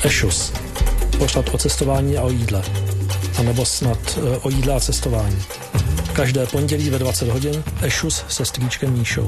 Ešus. Pořad o cestování a o jídle. A nebo snad o jídle a cestování. Každé pondělí ve 20 hodin Ešus se strýčkem Míšou.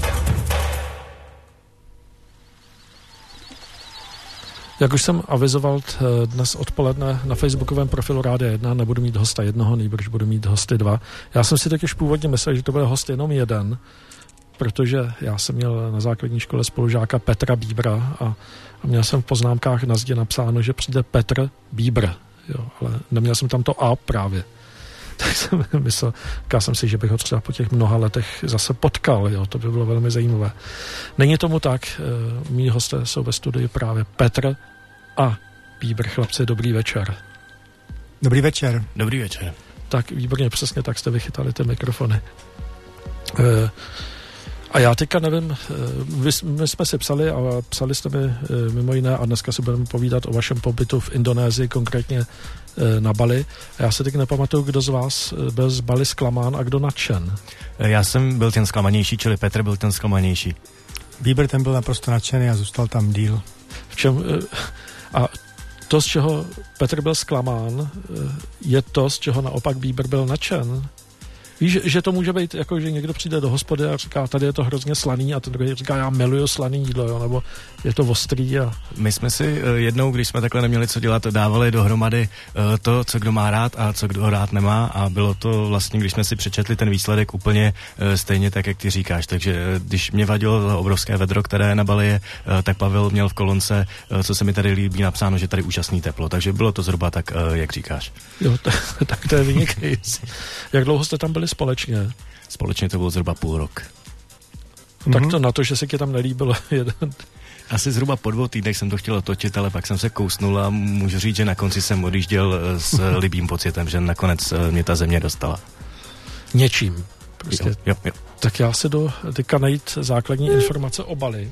Jak už jsem avizoval dnes odpoledne na facebookovém profilu Rádia 1, nebudu mít hosta jednoho, nejbrž budu mít hosty dva. Já jsem si totiž původně myslel, že to bude host jenom jeden, protože já jsem měl na základní škole spolužáka Petra Bíbra a měl jsem v poznámkách na zdi napsáno, že přijde Petr Bíbr, jo, ale neměl jsem tam to A právě. Tak jsem myslel, říkal jsem si, že bych ho třeba po těch mnoha letech zase potkal, jo, to by bylo velmi zajímavé. Není tomu tak, mí hosté jsou ve studiu právě Petr a Bíbr. Chlapci, dobrý večer. Dobrý večer. Dobrý večer. Tak výborně, přesně tak jste vychytali ty mikrofony. A já teďka nevím, my jsme si psali a psali jste mi mimo jiné a dneska si budeme povídat o vašem pobytu v Indonésii, konkrétně na Bali. A já se teď nepamatuju, kdo z vás byl z Bali zklamán a kdo nadšen. Já jsem byl ten zklamanější, čili Petr byl ten zklamanější. Bíbr ten byl naprosto nadšený a zůstal tam díl. V čem... A to, z čeho Petr byl zklamán, je to, z čeho naopak Bíbr byl nadšen. Víš, že to může být jako, že někdo přijde do hospody a říká, tady je to hrozně slaný a ten druhý říká, já miluju slaný jídlo, jo, nebo je to ostrý. A... My jsme si jednou, když jsme takhle neměli co dělat, dávali dohromady to, co kdo má rád a co kdo rád nemá a bylo to vlastně, když jsme si přečetli ten výsledek úplně stejně tak, jak ty říkáš. Takže když mě vadilo obrovské vedro, které na Bali je, tak Pavel měl v kolonce, co se mi tady líbí, napsáno, že tady úžasný teplo. Takže bylo to zhruba tak, jak říkáš. Jo, tak to je vynikající. Jak dlouho jste tam byli společně? Společně to bylo zhruba půl rok. Tak to na to, že se ti tam nelíbilo jeden. Asi zhruba po 2 týdnech jsem to chtěl otočit, ale pak jsem se kousnul a můžu říct, že na konci jsem odjížděl s libým pocitem, že nakonec mě ta země dostala. Něčím. Prostě. Jo. Tak já si jdu teďka najít základní informace o Bali.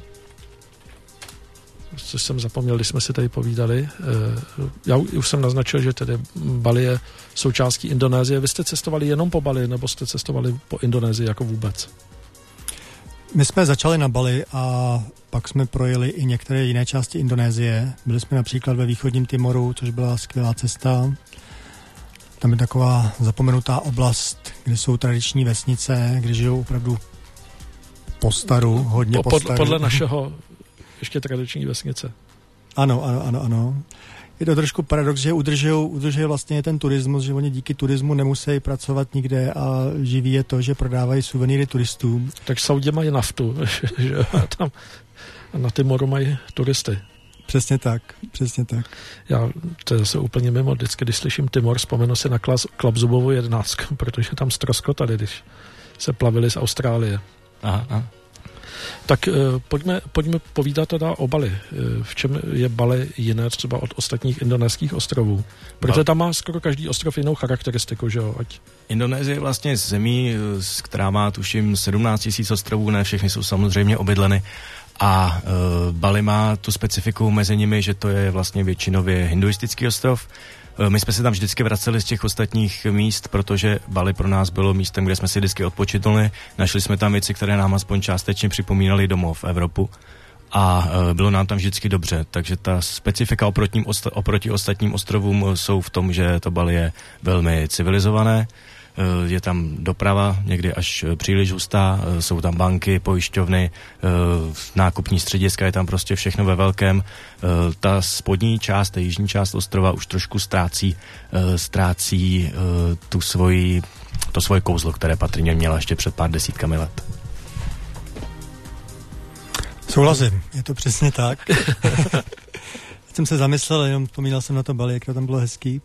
Což jsem zapomněl, když jsme si tady povídali. Já už jsem naznačil, že tedy Bali je součástí Indonésie. Vy jste cestovali jenom po Bali, nebo jste cestovali po Indonésii jako vůbec? My jsme začali na Bali a pak jsme projeli i některé jiné části Indonésie. Byli jsme například ve východním Timoru, což byla skvělá cesta. Tam je taková zapomenutá oblast, kde jsou tradiční vesnice, kde žijou opravdu postaru, hodně postaru. Podle našeho ještě tradiční vesnice. Ano. Je to trošku paradox, že udržují vlastně ten turismus, že oni díky turismu nemusí pracovat nikde a živí je to, že prodávají suvenýry turistům. Tak Saudi mají naftu, že tam na Timoru mají turisty. Přesně tak. Já, to je zase úplně mimo, vždycky, když slyším Timor, vzpomenu si na Klapzubovou 11, protože tam ztroskotali, když se plavili z Austrálie. Aha. Tak pojďme povídat teda o Bali. V čem je Bali jiné třeba od ostatních indonéských ostrovů? Protože tam má skoro každý ostrov jinou charakteristiku, že jo? Indonésie je vlastně zemí, která má tuším 17 000 ostrovů, ne všechny jsou samozřejmě obydleny. A Bali má tu specifiku mezi nimi, že to je vlastně většinově hinduistický ostrov. My jsme se tam vždycky vraceli z těch ostatních míst, protože Bali pro nás bylo místem, kde jsme si vždycky odpočinuli. Našli jsme tam věci, které nám aspoň částečně připomínaly domov, Evropu. A bylo nám tam vždycky dobře. Takže ta specifika oproti ostatním ostrovům jsou v tom, že to Bali je velmi civilizované. Je tam doprava někdy až příliš hustá, jsou tam banky, pojišťovny, nákupní střediska, je tam prostě všechno ve velkém. Ta spodní část, ta jižní část ostrova už trošku ztrácí to svoje kouzlo, které patrně měla ještě před pár desítkami let. Souhlasím, je to přesně tak. Jsem se zamyslel, jenom vzpomínal jsem na to Bali, jak to tam bylo hezký.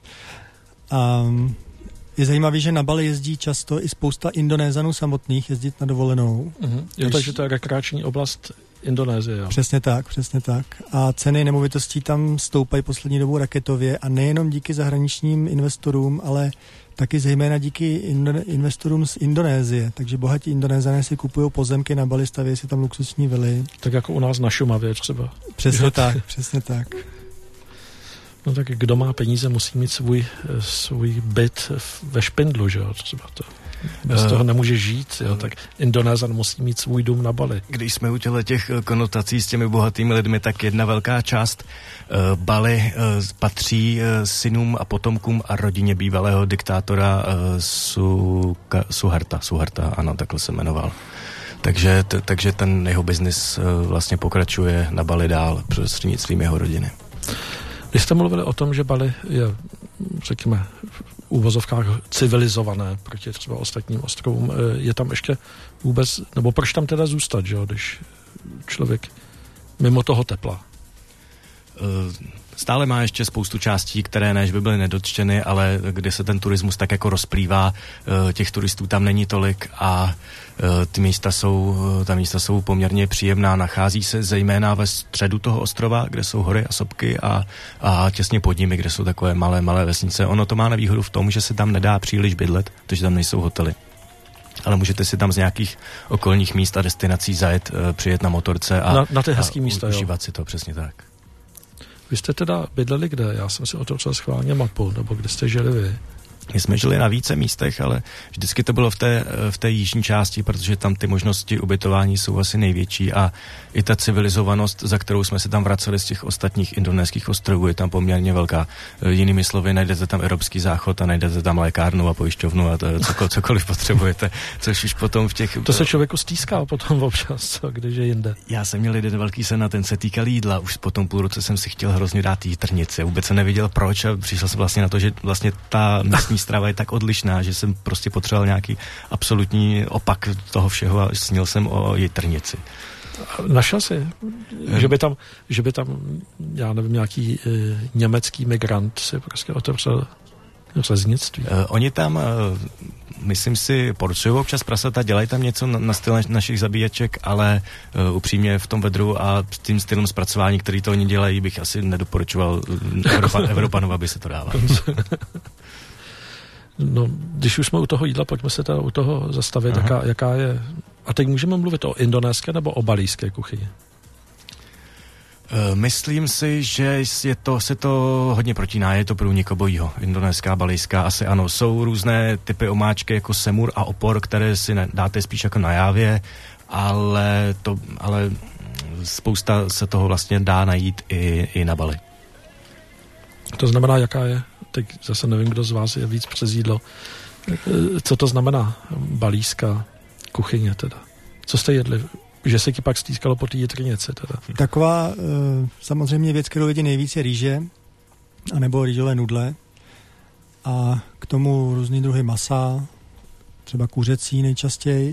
Je zajímavý, že na Bali jezdí často i spousta Indonézanů samotných jezdit na dovolenou. Takže to je rekreační oblast Indonésie. Jo. Přesně tak. A ceny nemovitostí tam stoupají poslední dobou raketově a nejenom díky zahraničním investorům, ale taky zejména díky investorům z Indonésie. Takže bohatí Indonézané si kupují pozemky na Bali, staví si tam luxusní vily. Tak jako u nás na Šumavě třeba. Přesně tak. No tak kdo má peníze, musí mít svůj byt ve Špindlu, že jo, třeba to. Bez toho nemůže žít, jo, tak Indonézan musí mít svůj dům na Bali. Když jsme u těch konotací s těmi bohatými lidmi, tak jedna velká část Bali patří synům a potomkům a rodině bývalého diktátora Suharta, ano, takhle se jmenoval. Takže ten jeho biznis vlastně pokračuje na Bali dál prostřednictvím jeho rodiny. Když jste mluvili o tom, že Bali je, řekněme, v úvozovkách civilizované proti třeba ostatním ostrovům, je tam ještě vůbec, nebo proč tam teda zůstat, že jo, když člověk mimo toho tepla? Stále má ještě spoustu částí, které než by byly nedotčeny, ale kde se ten turismus tak jako rozplývá, těch turistů tam není tolik a ta místa jsou poměrně příjemná. Nachází se zejména ve středu toho ostrova, kde jsou hory a sopky a těsně pod nimi, kde jsou takové malé vesnice. Ono to má nevýhodu v tom, že se tam nedá příliš bydlet, protože tam nejsou hotely. Ale můžete si tam z nějakých okolních míst a destinací zajet, přijet na motorce a na ty hezký místa, užívat si to, přesně tak. Vy jste teda bydleli kde? Já jsem si otevřel schválně mapu, nebo kde jste žili vy? My jsme žili na více místech, ale vždycky to bylo v té jižní části, protože tam ty možnosti ubytování jsou asi největší a i ta civilizovanost, za kterou jsme se tam vraceli z těch ostatních indonéských ostrovů, je tam poměrně velká. Jinými slovy, najdete tam evropský záchod a najdete tam lékárnu a pojišťovnu a cokoliv potřebujete, což už potom v těch... To se člověku stýská potom občas, když je jinde. Já jsem měl jeden velký sen a ten se týkal jídla. Už po tom půl roce jsem si chtěl hrozně dát jitrnici. Vůbec jsem nevěděl proč a přišel jsem vlastně na to, že vlastně ta místní strava je tak odlišná, že jsem prostě potřeboval nějaký absolutní opak toho všeho a snil jsem o jitrnici. Našel jsi, že by tam, já nevím, nějaký německý migrant si prostě otevřel řeznictví? Oni tam, myslím si, porcují občas prasata, dělají tam něco na styl našich zabíječek, ale upřímně v tom vedru a tím stylem zpracování, který to oni dělají, bych asi nedoporučoval Evropanům, aby se to dával. No, když už jsme u toho jídla, pojďme se teda u toho zastavit, jaká je... A teď můžeme mluvit o indonéské nebo o balijské kuchyni? Myslím si, že se to hodně protíná, je to průnik obojího. Indonéská, balijská, asi ano. Jsou různé typy omáčky jako semur a opor, které si dáte spíš jako na Jávě, ale spousta se toho vlastně dá najít i na Bali. To znamená, jaká je? Teď zase nevím, kdo z vás je víc přes jídlo. Co to znamená balijská kuchyně teda? Co jste jedli? Že se ti pak stýskalo po té jitrnici teda? Taková samozřejmě věc, kterou jedí nejvíc, je rýže, anebo rýžové nudle. A k tomu různý druhy masa, třeba kuřecí nejčastěji,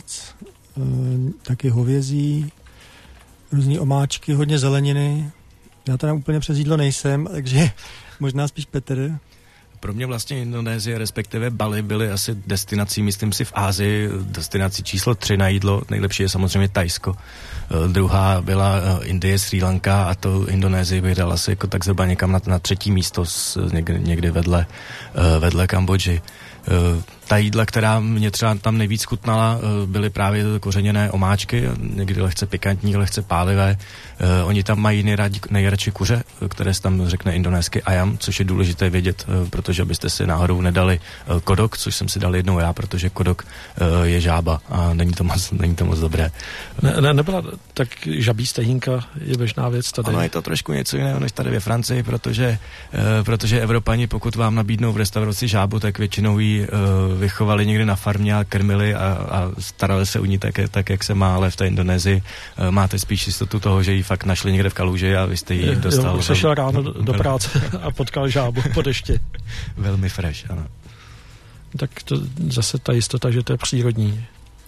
taky hovězí, různý omáčky, hodně zeleniny. Já teda úplně přes jídlo nejsem, takže možná spíš Petr. Pro mě vlastně Indonésie, respektive Bali, byly asi destinací, myslím si v Asii, destinací číslo 3 na jídlo. Nejlepší je samozřejmě Thajsko. Druhá byla Indie, Srí Lanka a to Indonésii bych dal asi jako tak zhruba někam na třetí místo, někdy vedle Kambodži. Ta jídla, která mě třeba tam nejvíc chutnala, byly právě kořeněné omáčky, někdy lehce pikantní, lehce pálivé. Oni tam mají nejradši kuře, které se tam řekne indonésky ayam, což je důležité vědět, protože abyste si náhodou nedali kodok, což jsem si dal jednou já, protože kodok je žába a není to moc dobré. Nebyla tak žabí stehínka je běžná věc tady. Ono je to trošku něco jiného než tady ve Francii, protože Evropani, pokud vám nabídnou v restauraci žábu, tak většinou ji vychovali někde na farmě a krmili a starali se o ní tak, jak se má, ale v té Indonésii máte spíš jistotu toho, že ji fakt našli někde v kaluži a vy jste ji dostal. Už šel ráno do práce a potkal žábu po dešti. Velmi fresh, ano. Tak to zase ta jistota, že to je přírodní.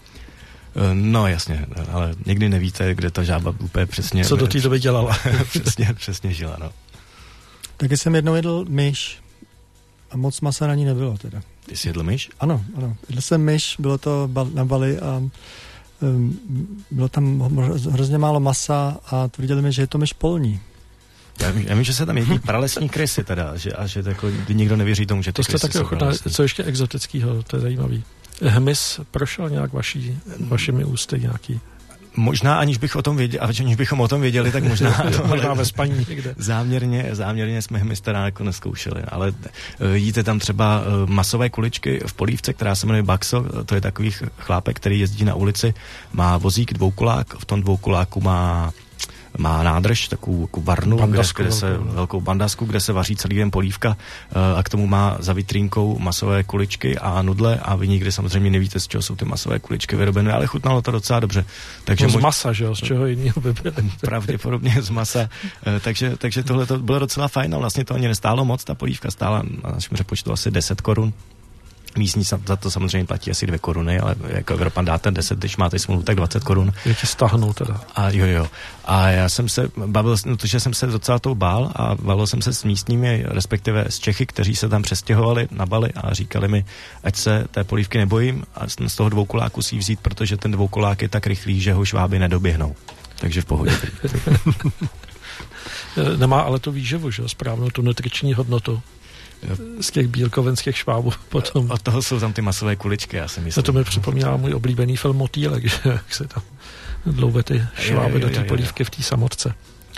No jasně, ale někdy nevíte, kde ta žába úplně přesně... Co do té doby dělala. přesně žila, no. Taky jsem jednou jedl myš a moc masa na ní nebylo teda. Ty jsi jedl myš? Ano. Jedl jsem myš, bylo to na Bali a bylo tam hrozně málo masa a tvrdili mi, že je to myš polní. Já vím, že se tam jedí pralesní krysy teda, že jako, nikdo nevěří tomu, že ty krysy jsou pralesní. Co ještě exotického, to je zajímavý. Hmyz prošel nějak vašimi ústy nějaký? Možná aniž bychom o tom věděli, tak možná možná ve spaní někde. Záměrně jsme mistera jako neskoušeli, ale jíte tam třeba masové kuličky v polívce, která se jmenuje Baxo, to je takový chlápek, který jezdí na ulici, má vozík dvoukolák, v tom dvoukoláku má nádrž, takovou varnu, velkou bandasku, kde se vaří celý den polívka a k tomu má za vitrínkou masové kuličky a nudle a vy nikdy samozřejmě nevíte, z čeho jsou ty masové kuličky vyrobené, ale chutnalo to docela dobře. Takže z masa, že jo? Z čeho jiného by byly? Pravděpodobně z masa. Takže tohle to bylo docela fajn a vlastně to ani nestálo moc, ta polívka stála na našem přepočtu asi 10 korun. Místní za to samozřejmě platí asi 2 koruny, ale jako Evropan dáte 10, když máte smlouvu, tak 20 korun. Je ti stáhnou teda. A jo. A já jsem se bavil, protože jsem se docela toho bál a bavil jsem se s místními, respektive s Čechy, kteří se tam přestěhovali na Bali a říkali mi, ať se té polívky nebojím a z toho dvoukoláku si ji vzít, protože ten dvoukolák je tak rychlý, že ho Šváby nedoběhnou. Takže v pohodě. Nemá ale tu výživu, že? Správnou tu nutriční hodnotu. Z těch bílkovenských Švábů potom. Od toho jsou tam ty masové kuličky, já si myslím. To mi připomíná můj oblíbený film Motýlek, že jak se tam dlouve ty Šváby do té polívky v té samotce.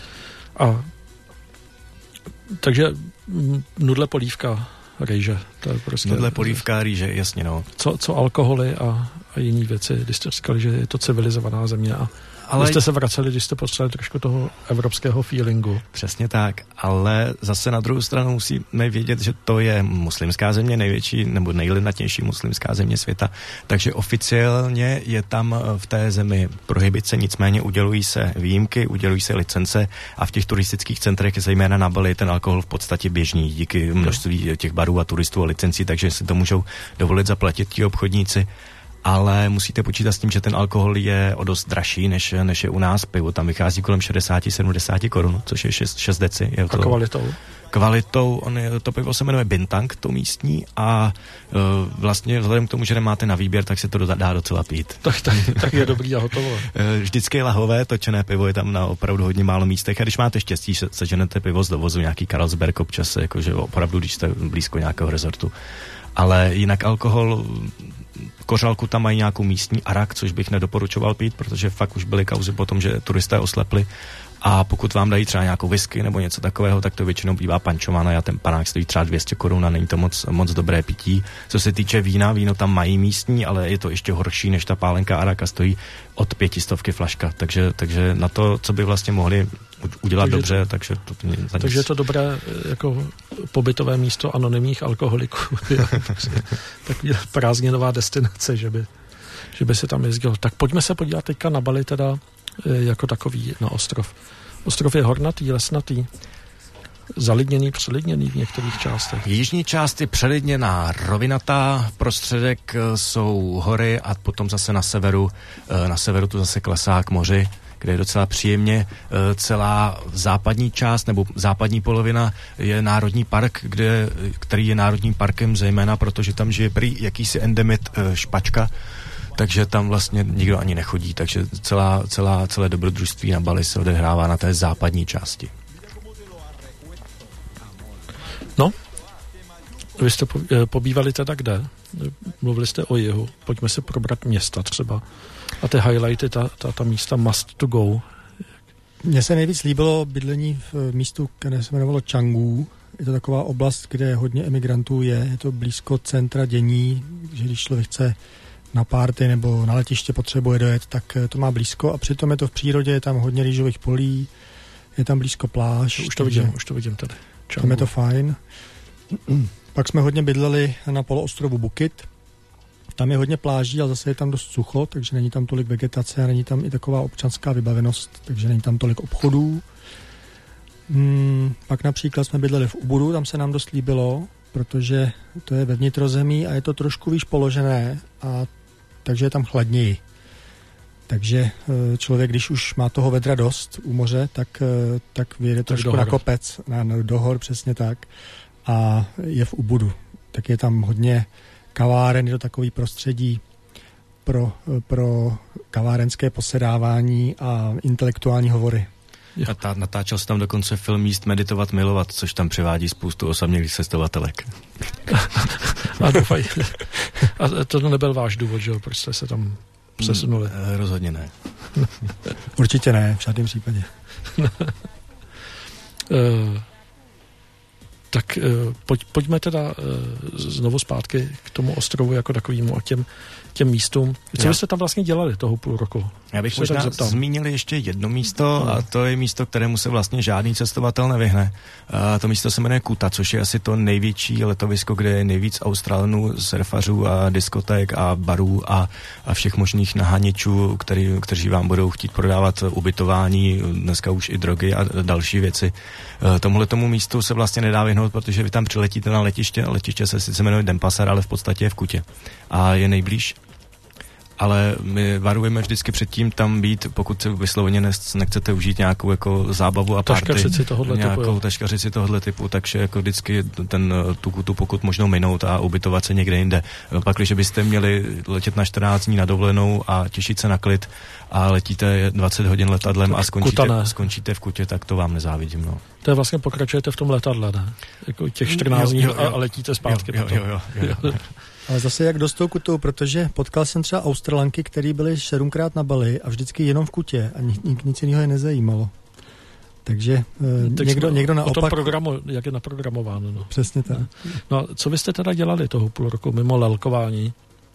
Takže nudle, polívka, rejže. To je prostě, nudle, polívka, rýže, jasně, no. Co alkoholy a jiné věci, když jste říkali, že je to civilizovaná země ale jste se vraceli, když jste potřebovali trošku toho evropského feelingu. Přesně tak, ale zase na druhou stranu musíme vědět, že to je muslimská země, největší nebo nejlidnatější muslimská země světa, takže oficiálně je tam v té zemi prohibice, nicméně udělují se výjimky, udělují se licence a v těch turistických centrech, zejména na Bali, je ten alkohol v podstatě běžný díky množství těch barů a turistů a licencí, takže si to můžou dovolit zaplatit ti obchodníci. Ale musíte počítat s tím, že ten alkohol je o dost dražší, než je u nás pivo. Tam vychází kolem 60-70 korun, což je 6 deci. A kvalitou? Kvalitou, to pivo se jmenuje Bintang, to místní, a vlastně vzhledem k tomu, že nemáte na výběr, tak se to dá docela pít. Tak je dobrý a hotovo. Vždycky lahové, točené pivo je tam na opravdu hodně málo místech a když máte štěstí, seženete pivo z dovozu, nějaký Carlsberg občas, jakože opravdu, když jste blízko nějakého rezortu. Ale jinak alkohol, kořalku tam mají nějakou místní arak, což bych nedoporučoval pít, protože fakt už byly kauzy po tom, že turisté oslepli. A pokud vám dají třeba nějakou whisky nebo něco takového, tak to většinou bývá pančována a ten panák stojí třeba 200 korun a není to moc dobré pití. Co se týče víno tam mají místní, ale je to ještě horší než ta pálenka araka, stojí od 500 flaška. Takže na to, co by vlastně mohli udělat dobře, takže je to dobré jako pobytové místo anonymních alkoholiků. Taková prázdninová destinace, že by se tam jezdilo. Tak pojďme se podívat teďka na Bali teda jako takový na ostrov. Ostrov je hornatý, lesnatý, zalidněný, přelidněný v některých částech. Jižní část je přelidněná, rovinatá, prostředek jsou hory a potom zase na severu tu zase klesá k moři, kde je docela příjemně. Celá západní část nebo západní polovina je národní park, který je národním parkem zejména, protože tam žije prý jakýsi endemit špačka, takže tam vlastně nikdo ani nechodí, takže celé dobrodružství na Bali se odehrává na té západní části. No, vy jste pobývali teda kde? Mluvili jste o jihu, pojďme se probrat města třeba a ty highlighty, ta místa must to go. Mně se nejvíc líbilo bydlení v místu, které se jmenovalo Canggu. Je to taková oblast, kde hodně emigrantů je to blízko centra dění, že když člověk chce na párty nebo na letiště potřebuje dojet, tak to má blízko a přitom je to v přírodě, je tam hodně rýžových polí, je tam blízko pláž. Už to vidím tady. Tam je to fajn. Pak jsme hodně bydleli na poloostrovu Bukit. Tam je hodně pláží, ale zase je tam dost sucho, takže není tam tolik vegetace a není tam i taková občanská vybavenost, takže není tam tolik obchodů. Pak například jsme bydleli v Ubudu, tam se nám dost líbilo, protože to je ve vnitrozemí a je to trošku výš položené, a takže je tam chladněji. Takže člověk, když už má toho vedra dost u moře, tak vyjede trošku na kopec, do hor, přesně tak, a je v Ubudu. Tak je tam hodně kaváren, je to takový prostředí pro kavárenské posedávání a intelektuální hovory. Natáčel se tam dokonce film Jíst, meditovat, milovat, což tam přivádí spoustu osamělých cestovatelek. A doufaj. A to nebyl váš důvod, že jo? Proč jste se tam přesunuli? Rozhodně ne. Určitě ne, v žádném případě. Tak pojďme teda znovu zpátky k tomu ostrovu jako takovému a těm místům. Co byste tam vlastně dělali toho půl roku? Já bych možná zmínil ještě jedno místo a to je místo, kterému se vlastně žádný cestovatel nevyhne. To místo se jmenuje Kuta, což je asi to největší letovisko, kde je nejvíc Australanů, surfařů a diskoték a barů a všech možných naháněčů, kteří vám budou chtít prodávat ubytování, dneska už i drogy a další věci. Tomuhletomu místu se vlastně nedá vyhnout, protože vy tam přiletíte na letiště. Letiště se sice jmenuje Denpasar, ale v podstatě je v Kutě. A je nejblíž. Ale my varujeme vždycky předtím tam být, pokud se vysloveně nechcete užít nějakou jako zábavu a party, nějakou taškařici tohohle typu, takže jako vždycky tu Kutu pokud možno minout a ubytovat se někde jinde. Pak, když byste měli letět na 14 dní na dovolenou a těšit se na klid a letíte 20 hodin letadlem a skončíte v Kutě, tak to vám nezávidím. No. To je vlastně pokračujete v tom letadle, ne? Jako těch 14 dní a letíte zpátky. Jo. Ale zase jak dostou Kutou, protože potkal jsem třeba Australanky, který byli 7krát na Bali a vždycky jenom v Kutě a nic jiného je nezajímalo. Takže někdo naopak... O tom programu, jak je naprogramováno. No. Přesně tak. No a co vy jste teda dělali toho půl roku mimo lelkování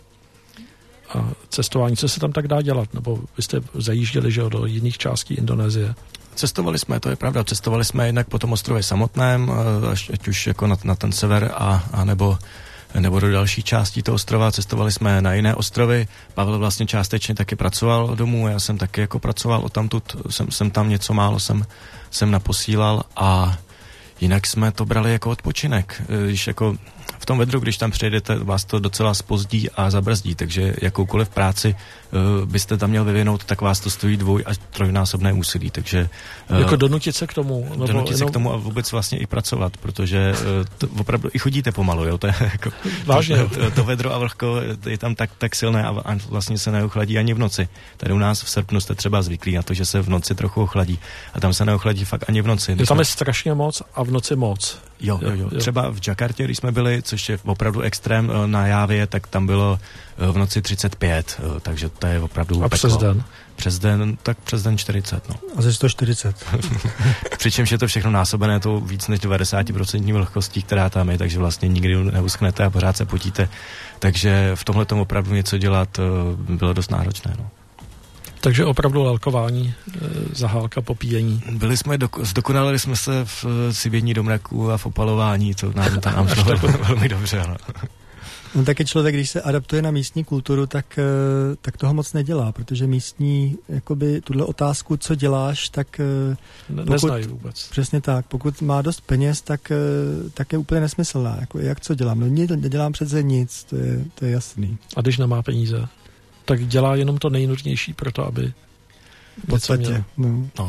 a cestování? Co se tam tak dá dělat? Nebo vy jste zajížděli, že do jiných částí Indonésie? Cestovali jsme, to je pravda, cestovali jsme jednak po tom ostrově samotném, ať už jako na ten sever a nebo do další částí toho ostrova. Cestovali jsme na jiné ostrovy. Pavel vlastně částečně taky pracoval domů, já jsem taky jako pracoval odtamtud, jsem tam něco málo jsem naposílal a jinak jsme to brali jako odpočinek. Když jako v tom vedru, když tam přijedete, vás to docela zpozdí a zabrzdí, takže jakoukoliv práci byste tam měl vyvinout, tak vás to stojí 2- až 3násobné úsilí, takže... Jako donutit se k tomu? Donutit se k tomu a vůbec vlastně i pracovat, protože opravdu i chodíte pomalu, jo, to je jako... Vážně, to vedro a vlhko je tam tak silné a vlastně se neochladí ani v noci. Tady u nás v srpnu jste třeba zvyklí na to, že se v noci trochu ochladí a tam se neochladí fakt ani v noci. Tam je strašně moc a v noci moc. Jo. Třeba v Jakartě, když jsme byli, což je opravdu extrém na Jávě, tak tam bylo v noci 35, takže to je opravdu a peklo. Přes den? Přes den 40, no. A ze 140. Přičemž je to všechno násobené tou víc než 90% vlhkostí, která tam je, takže vlastně nikdy neuschnete a pořád se potíte. Takže v tomhle tomu opravdu něco dělat bylo dost náročné, no. Takže opravdu lelkování, zahálka, popíjení. Zdokonalili jsme se v sibění do mraků a v opalování, to nám šlo velmi dobře, no. No taky člověk, když se adaptuje na místní kulturu, tak toho moc nedělá, protože místní, jakoby tuhle otázku, co děláš, tak neznají vůbec. Přesně tak, pokud má dost peněz, tak je úplně nesmyslná. Jako, jak co dělám? No nedělám přece nic, to je jasný. A když nemá peníze, tak dělá jenom to nejnutnější pro to, aby v podstatě, no.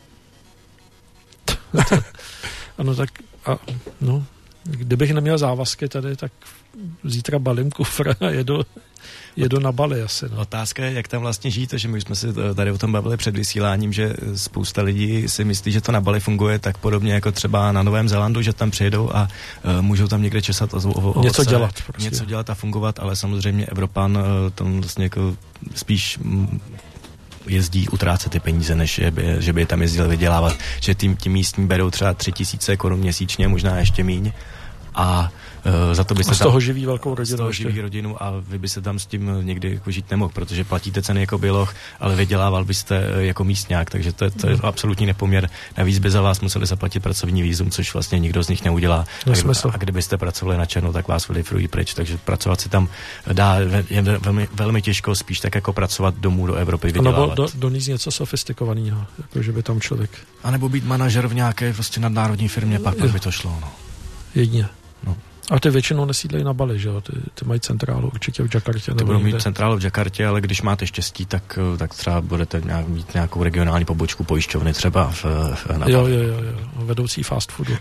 Ano, tak kdybych neměl závazky tady, tak zítra balím kufr a jedu na Bali asi. No. Otázka je, jak tam vlastně žít, že my jsme si tady o tom bavili před vysíláním, že spousta lidí si myslí, že to na Bali funguje tak podobně jako třeba na Novém Zélandu, že tam přijedou a můžou tam někde česat něco dělat. Prostě. Něco dělat a fungovat, ale samozřejmě Evropan tam vlastně jako spíš jezdí utrácet ty peníze, než že by je tam jezdil vydělávat, že tím místní berou třeba 3 000 korun měsíčně, možná ještě míň a za to byste z toho živí velkou rodinu. Z toho živí rodinu a vy byste tam s tím někdy jako žít nemohl, protože platíte ceny jako běloch, ale vydělával byste jako místňák, takže to je absolutní nepoměr. Navíc by za vás museli zaplatit pracovní vízum, což vlastně nikdo z nich neudělá. A kdybyste pracovali na černo, tak vás vylifrují pryč, takže pracovat si tam dá je velmi, velmi těžko, spíš tak jako pracovat domů do Evropy, vydělávat. Nebo donést něco sofistikovaného, jako že by tam člověk... A nebo být manažer v nějaké prostě nadnárodní firmě, pak by to šlo, no. Jedině. No. A ty většinou nesídlejí na Bali, že jo? Ty mají centrálu určitě v Jakartě. Ty budou mít centrálu v Jakartě, ale když máte štěstí, tak třeba budete mít nějakou regionální pobočku pojišťovny třeba na Bali. Jo. Vedoucí fast foodu.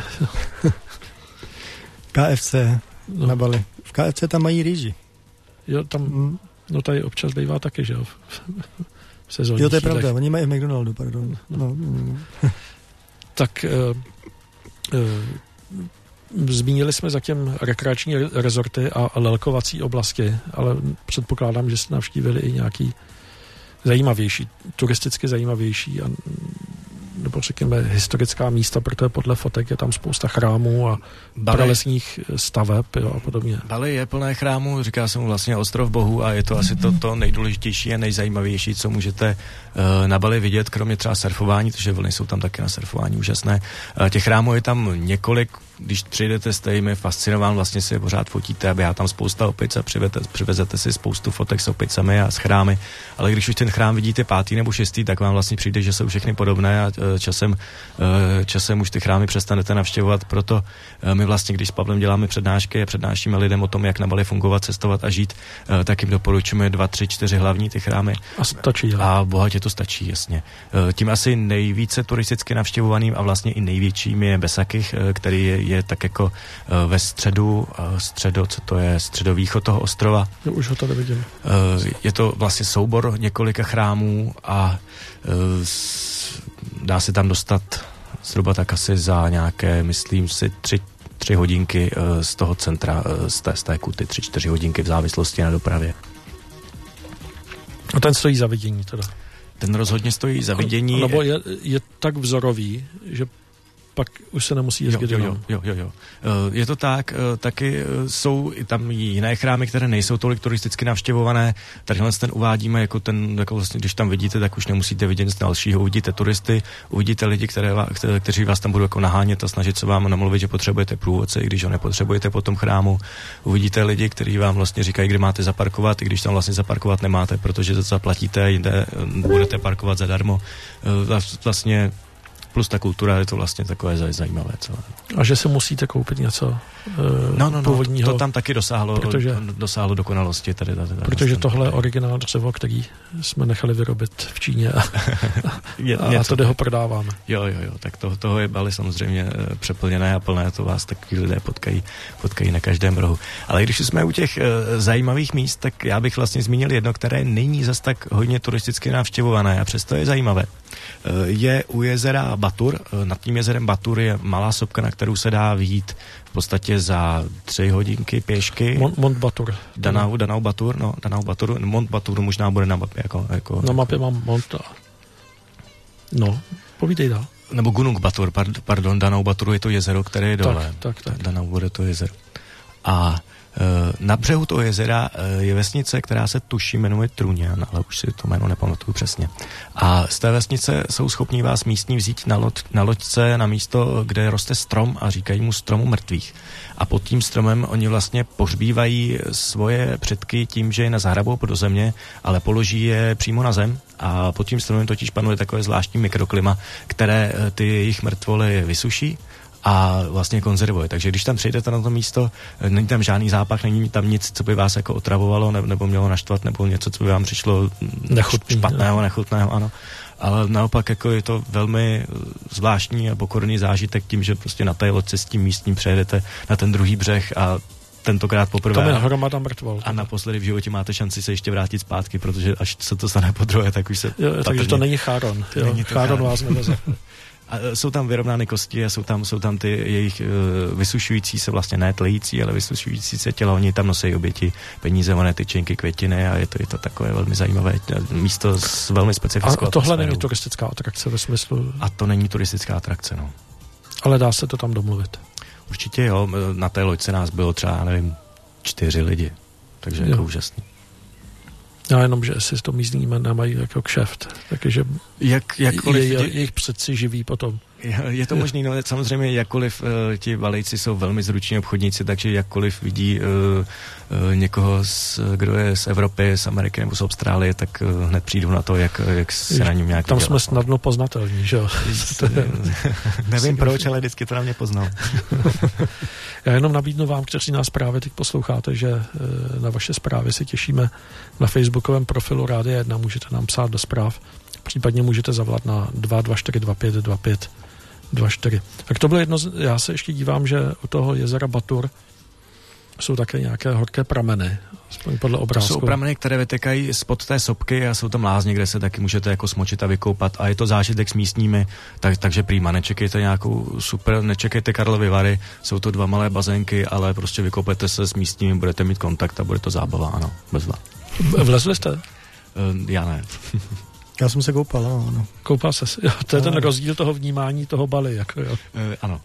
KFC na Bali. V KFC tam mají rýži. Jo, tam, no tady občas bývá taky, že jo? V sezónních jo, to je pravda, oni mají v McDonaldu, pardon. No. Tak... Zmínili jsme zatím rekreační rezorty a lelkovací oblasti, ale předpokládám, že jste navštívili i nějaký zajímavější, turisticky zajímavější nebo řekněme historická místa, protože podle fotek je tam spousta chrámů a pralesních staveb a podobně. Bali je plné chrámů, říká se mu vlastně ostrov bohů a je to asi to nejdůležitější a nejzajímavější, co můžete na Bali vidět, kromě třeba surfování, protože vlny jsou tam taky na surfování úžasné. Těch chrámů je tam několik, když přijdete, jste jimi fascinován, vlastně si je pořád fotíte a běhá tam spousta opic a přivezete si spoustu fotek s opicami a s chrámy, ale když už ten chrám vidíte 5. nebo 6., tak vám vlastně přijde, že jsou všechny podobné a časem už ty chrámy přestanete navštěvovat, proto my vlastně, když s Pavlem děláme přednášky a přednášíme lidem o tom, jak na Bali fungovat, cestovat a žít, tak jim doporučujeme 2, 3, 4 hlavní ty chrámy. A stačí. A bohatě to stačí, jasně. Tím asi nejvíce turisticky navštěvovaným a vlastně i největším je Besakih, který je tak jako ve středu, co to je, středovýchod toho ostrova. Jo, už ho tady vidím. Je to vlastně soubor několika chrámů a dá se tam dostat zhruba tak asi za nějaké, myslím si, 3 hodinky z toho centra, z té Kuty, 3-4 hodinky v závislosti na dopravě. A ten stojí za vidění teda? Ten rozhodně stojí za vidění. Nebo je tak vzorový, že pak už se nemusí jezdit Jo. Je to tak, taky jsou i tam jiné chrámy, které nejsou tolik turisticky navštěvované. Tadyhle ten uvádíme jako jako vlastně, když tam vidíte, tak už nemusíte vidět nic dalšího. Uvidíte turisty, uvidíte lidi, kteří vás tam budou jako nahánět a snažit se vám namluvit, že potřebujete průvodce, i když ho nepotřebujete po tom chrámu. Uvidíte lidi, kteří vám vlastně říkají, kde máte zaparkovat, i když tam vlastně zaparkovat nemáte, protože to zaplatíte a jinde budete parkovat zadarmo. Vlastně plus ta kultura, je to vlastně takové zajímavé celé. A že si musíte koupit něco původního. To tam taky dosáhlo dokonalosti. Tady protože tohle je originál dřevo, který jsme nechali vyrobit v Číně a tady ho prodáváme. Jo, tak toho je Bali samozřejmě přeplněné a plné, to vás takový lidé potkají na každém rohu. Ale když jsme u těch zajímavých míst, tak já bych vlastně zmínil jedno, které není zas tak hodně turisticky navštěvované a přesto je zajímavé. Je u jezera Batur. Nad tím jezerem Batur je malá sopka, na kterou se dá vyjít v podstatě za 3 hodinky pěšky. Mont Batur. Danau Batur. Mont Batur možná bude na mapě. Na mapě mám Mont. No, povídej dál. Nebo Gunung Batur, pardon, Danau Baturu je to jezero, které je dole. Tak. Danau bude to jezero. A na břehu toho jezera je vesnice, která se tuší jmenuje Trunian, ale už si to jméno nepamatuju přesně. A z té vesnice jsou schopní vás místní vzít na loďce na místo, kde roste strom a říkají mu stromu mrtvých. A pod tím stromem oni vlastně pohřbívají svoje předky tím, že je nezahrabou do země, ale položí je přímo na zem a pod tím stromem totiž panuje takové zvláštní mikroklima, které ty jejich mrtvoly vysuší a vlastně konzervuje. Takže když tam přijdete na to místo, není tam žádný zápach, není tam nic, co by vás jako otravovalo nebo mělo naštvat, nebo něco, co by vám přišlo špatného, nechutného, ano. Ale naopak jako je to velmi zvláštní a pokorný zážitek tím, že prostě na té loďce s tím místním přejedete na ten druhý břeh a tentokrát poprvé. Tam je hromada mrtvol. A naposledy v životě máte šanci se ještě vrátit zpátky, protože až se to stane po druhé, tak už se... Jo, takže to není Cháron. Cháron vás neveze. A jsou tam vyrovnány kosti a jsou tam ty jejich vysušující se, vlastně ne tlející, ale vysušující se těla. Oni tam nosí oběti, peníze, moné tyčinky, květiny a je to takové velmi zajímavé místo s velmi specifickou a tohle není turistická atrakce ve smyslu... A to není turistická atrakce, no. Ale dá se to tam domluvit. Určitě jo, na té loďce nás bylo třeba, nevím, 4 lidi, takže jako úžasný. Já jenom, že si to místní nemají jako kšeft, takže jejich předci živí potom. Je to možný, no samozřejmě jakkoliv ti Balejci jsou velmi zruční obchodníci, takže jakkoliv vidí někoho, kdo je z Evropy, z Ameriky nebo z Austrálie, tak hned přijdu na to, jak se na něm nějak tam dělat. Jsme snadno poznatelní, že jo? Nevím proč, ale vždycky to na mě poznal. Já jenom nabídnu vám, kteří nás právě teď posloucháte, že na vaše zprávy se těšíme na facebookovém profilu Rádia 1, můžete nám psát do zpráv, případně můžete zavolat na 224 25 25 24. Tak to bylo jedno, já se ještě dívám, že u toho jezera Batur Jsou také nějaké horké prameny, aspoň podle obrázku. To jsou prameny, které vytekají spod té sopky a jsou tam lázně, kde se taky můžete jako smočit a vykoupat a je to zážitek s místními, takže prýma, nečekejte nějakou super, nečekejte Karlovy Vary, jsou to 2 malé bazénky, ale prostě vykoupete se s místními, budete mít kontakt a bude to zábava, ano, bezva. Vlezli jste? Já ne. Já jsem se koupal, ano. Koupal se, jo, to je ten rozdíl toho vnímání toho Bali, jako jo. Ano.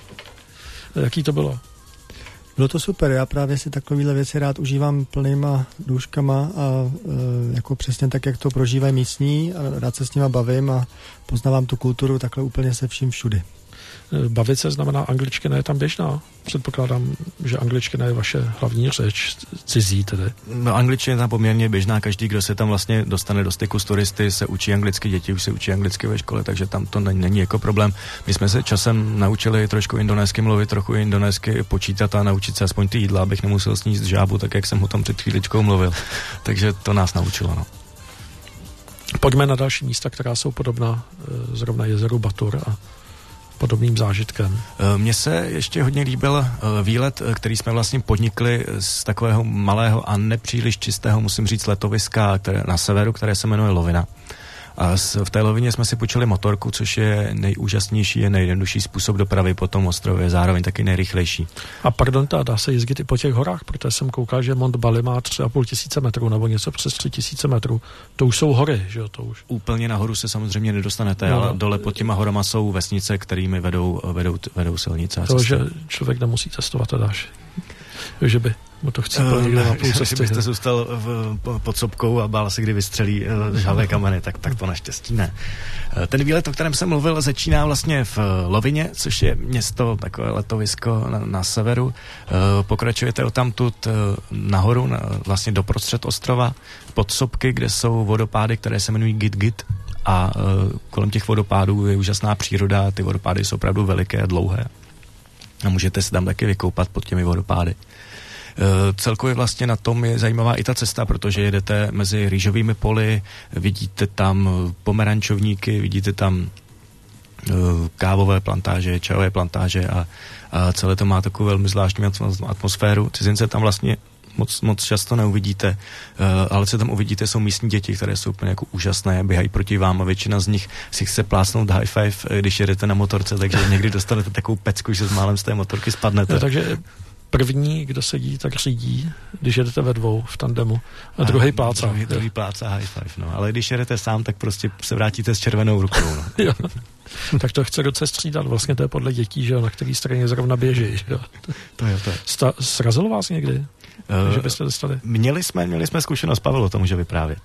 Jaký to bylo? Bylo to super, já právě si takovýhle věci rád užívám plnýma douškama a jako přesně tak, jak to prožívají místní a rád se s nima bavím a poznávám tu kulturu takhle úplně se vším všudy. Bavit se znamená, angličtina je tam běžná. Předpokládám, že angličtina je vaše hlavní řeč, cizí tedy. No, angličtina je tam poměrně běžná, každý, kdo se tam vlastně dostane do styku s turisty, se učí anglicky, děti už se učí anglicky ve škole, takže tam to není jako problém. My jsme se časem naučili trošku indonésky mluvit, trochu indonésky počítat a naučit se aspoň ty jídla, abych nemusel sníst žábu, tak jak jsem o tom před chvíličkou mluvil. Takže to nás naučilo, no. Pojďme na další místa, která jsou podobná zrovna jezeru Batur a podobným zážitkem. Mně se ještě hodně líbil výlet, který jsme vlastně podnikli z takového malého a nepříliš čistého, musím říct, letoviska na severu, které se jmenuje Lovina. A v té Lovině jsme si půjčili motorku, což je nejúžasnější a nejjednodušší způsob dopravy po tom ostrově, zároveň taky nejrychlejší. A pardon, dá se jezdit i po těch horách, protože jsem koukal, že Mont Bali má 3,5 metrů nebo něco přes 3 metrů. To už jsou hory, že jo? To už. Úplně nahoru se samozřejmě nedostanete, ale dole pod těma horama jsou vesnice, kterými vedou silnice. To, že člověk nemusí cestovat a dáš. Že by mu to chce pro někde na půl cesty. Že byste zůstal pod sopkou a bál se, kdy vystřelí žhavé kameny, tak to naštěstí ne. Ten výlet, o kterém jsem mluvil, začíná vlastně v Lovině, což je město, takové letovisko na severu. Pokračujete odtamtud nahoru, vlastně doprostřed ostrova, pod sopky, kde jsou vodopády, které se jmenují Git a kolem těch vodopádů je úžasná příroda, ty vodopády jsou opravdu veliké a dlouhé. A můžete se tam taky vykoupat pod těmi vodopády. Celkově vlastně na tom je zajímavá i ta cesta, protože jedete mezi rýžovými poli, vidíte tam pomerančovníky, vidíte tam kávové plantáže, čajové plantáže a celé to má takovou velmi zvláštní atmosféru. Cizince tam vlastně moc často neuvidíte, ale co tam uvidíte, jsou místní děti, které jsou úplně jako úžasné, běhají proti vám a většina z nich si chce plásnout high five, když jedete na motorce, takže někdy dostanete takovou pecku, že s málem z té motorky spadnete. No, takže první, kdo sedí, tak řídí, když jedete ve dvou v tandemu a druhý plácá. Druhý plácá high five, no. Ale když jedete sám, tak prostě se vrátíte s červenou rukou. No. Jo. Tak to chce ruce střídat, vlastně to je podle dětí, že jo, na který straně zrovna běží. Že jo. To je. Srazilo vás někdy? Že byste dostali? Měli jsme zkušenost, Pavel o tom může vyprávět.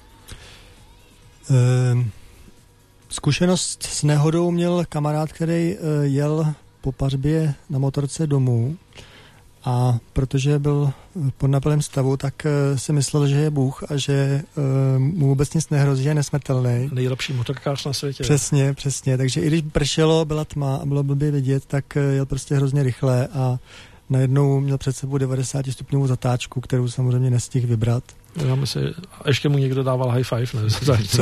Zkušenost s nehodou měl kamarád, který jel po pařbě na motorce domů a protože byl pod naplném stavu, tak si myslel, že je Bůh a že mu vůbec nic nehrozí, je nesmrtelný. Nejlepší motorkář na světě. Přesně, takže i když pršelo, byla tma a bylo blbě vidět, tak jel prostě hrozně rychle a najednou měl před sebou 90 stupňovou zatáčku, kterou samozřejmě nestihl vybrat. Já myslím, a ještě mu někdo dával high five, ne?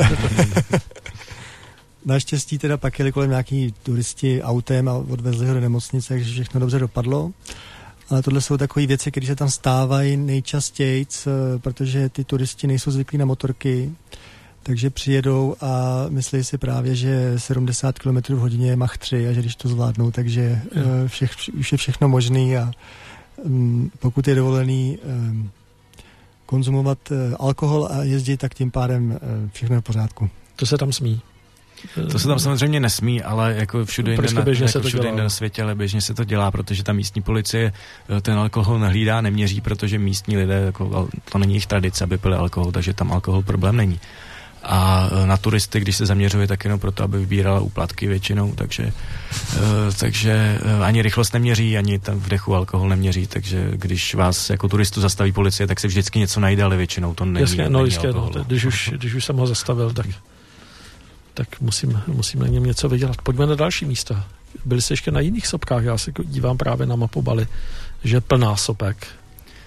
Naštěstí teda pak jeli kolem nějaký turisti autem a odvezli ho do nemocnice, takže všechno dobře dopadlo. Ale tohle jsou takové věci, které se tam stávají nejčastěji, protože ty turisti nejsou zvyklí na motorky, takže přijedou a myslí si právě, že 70 km v hodině je Mach 3 a že když to zvládnou, takže už je všechno možný a pokud je dovolený konzumovat alkohol a jezdit, tak tím pádem všechno je v pořádku. To se tam smí. To se tam samozřejmě nesmí, ale jako všude jinde na světě, ale běžně se to dělá, protože ta místní policie ten alkohol nehlídá, neměří, protože místní lidé, jako, to není jejich tradice, aby pili alkohol, takže tam alkohol problém není. A na turisty, když se zaměřuje, tak jenom proto, aby vybírala úplatky většinou, takže ani rychlost neměří, ani tam v dechu alkohol neměří, takže když vás jako turistu zastaví policie, tak se vždycky něco najde, ale většinou to není. Jasně, když už jsem ho zastavil, tak musím na něm něco vydělat. Pojďme na další místa. Byli jste ještě na jiných sopkách, já se dívám právě na mapu Bali, že je plná sopek.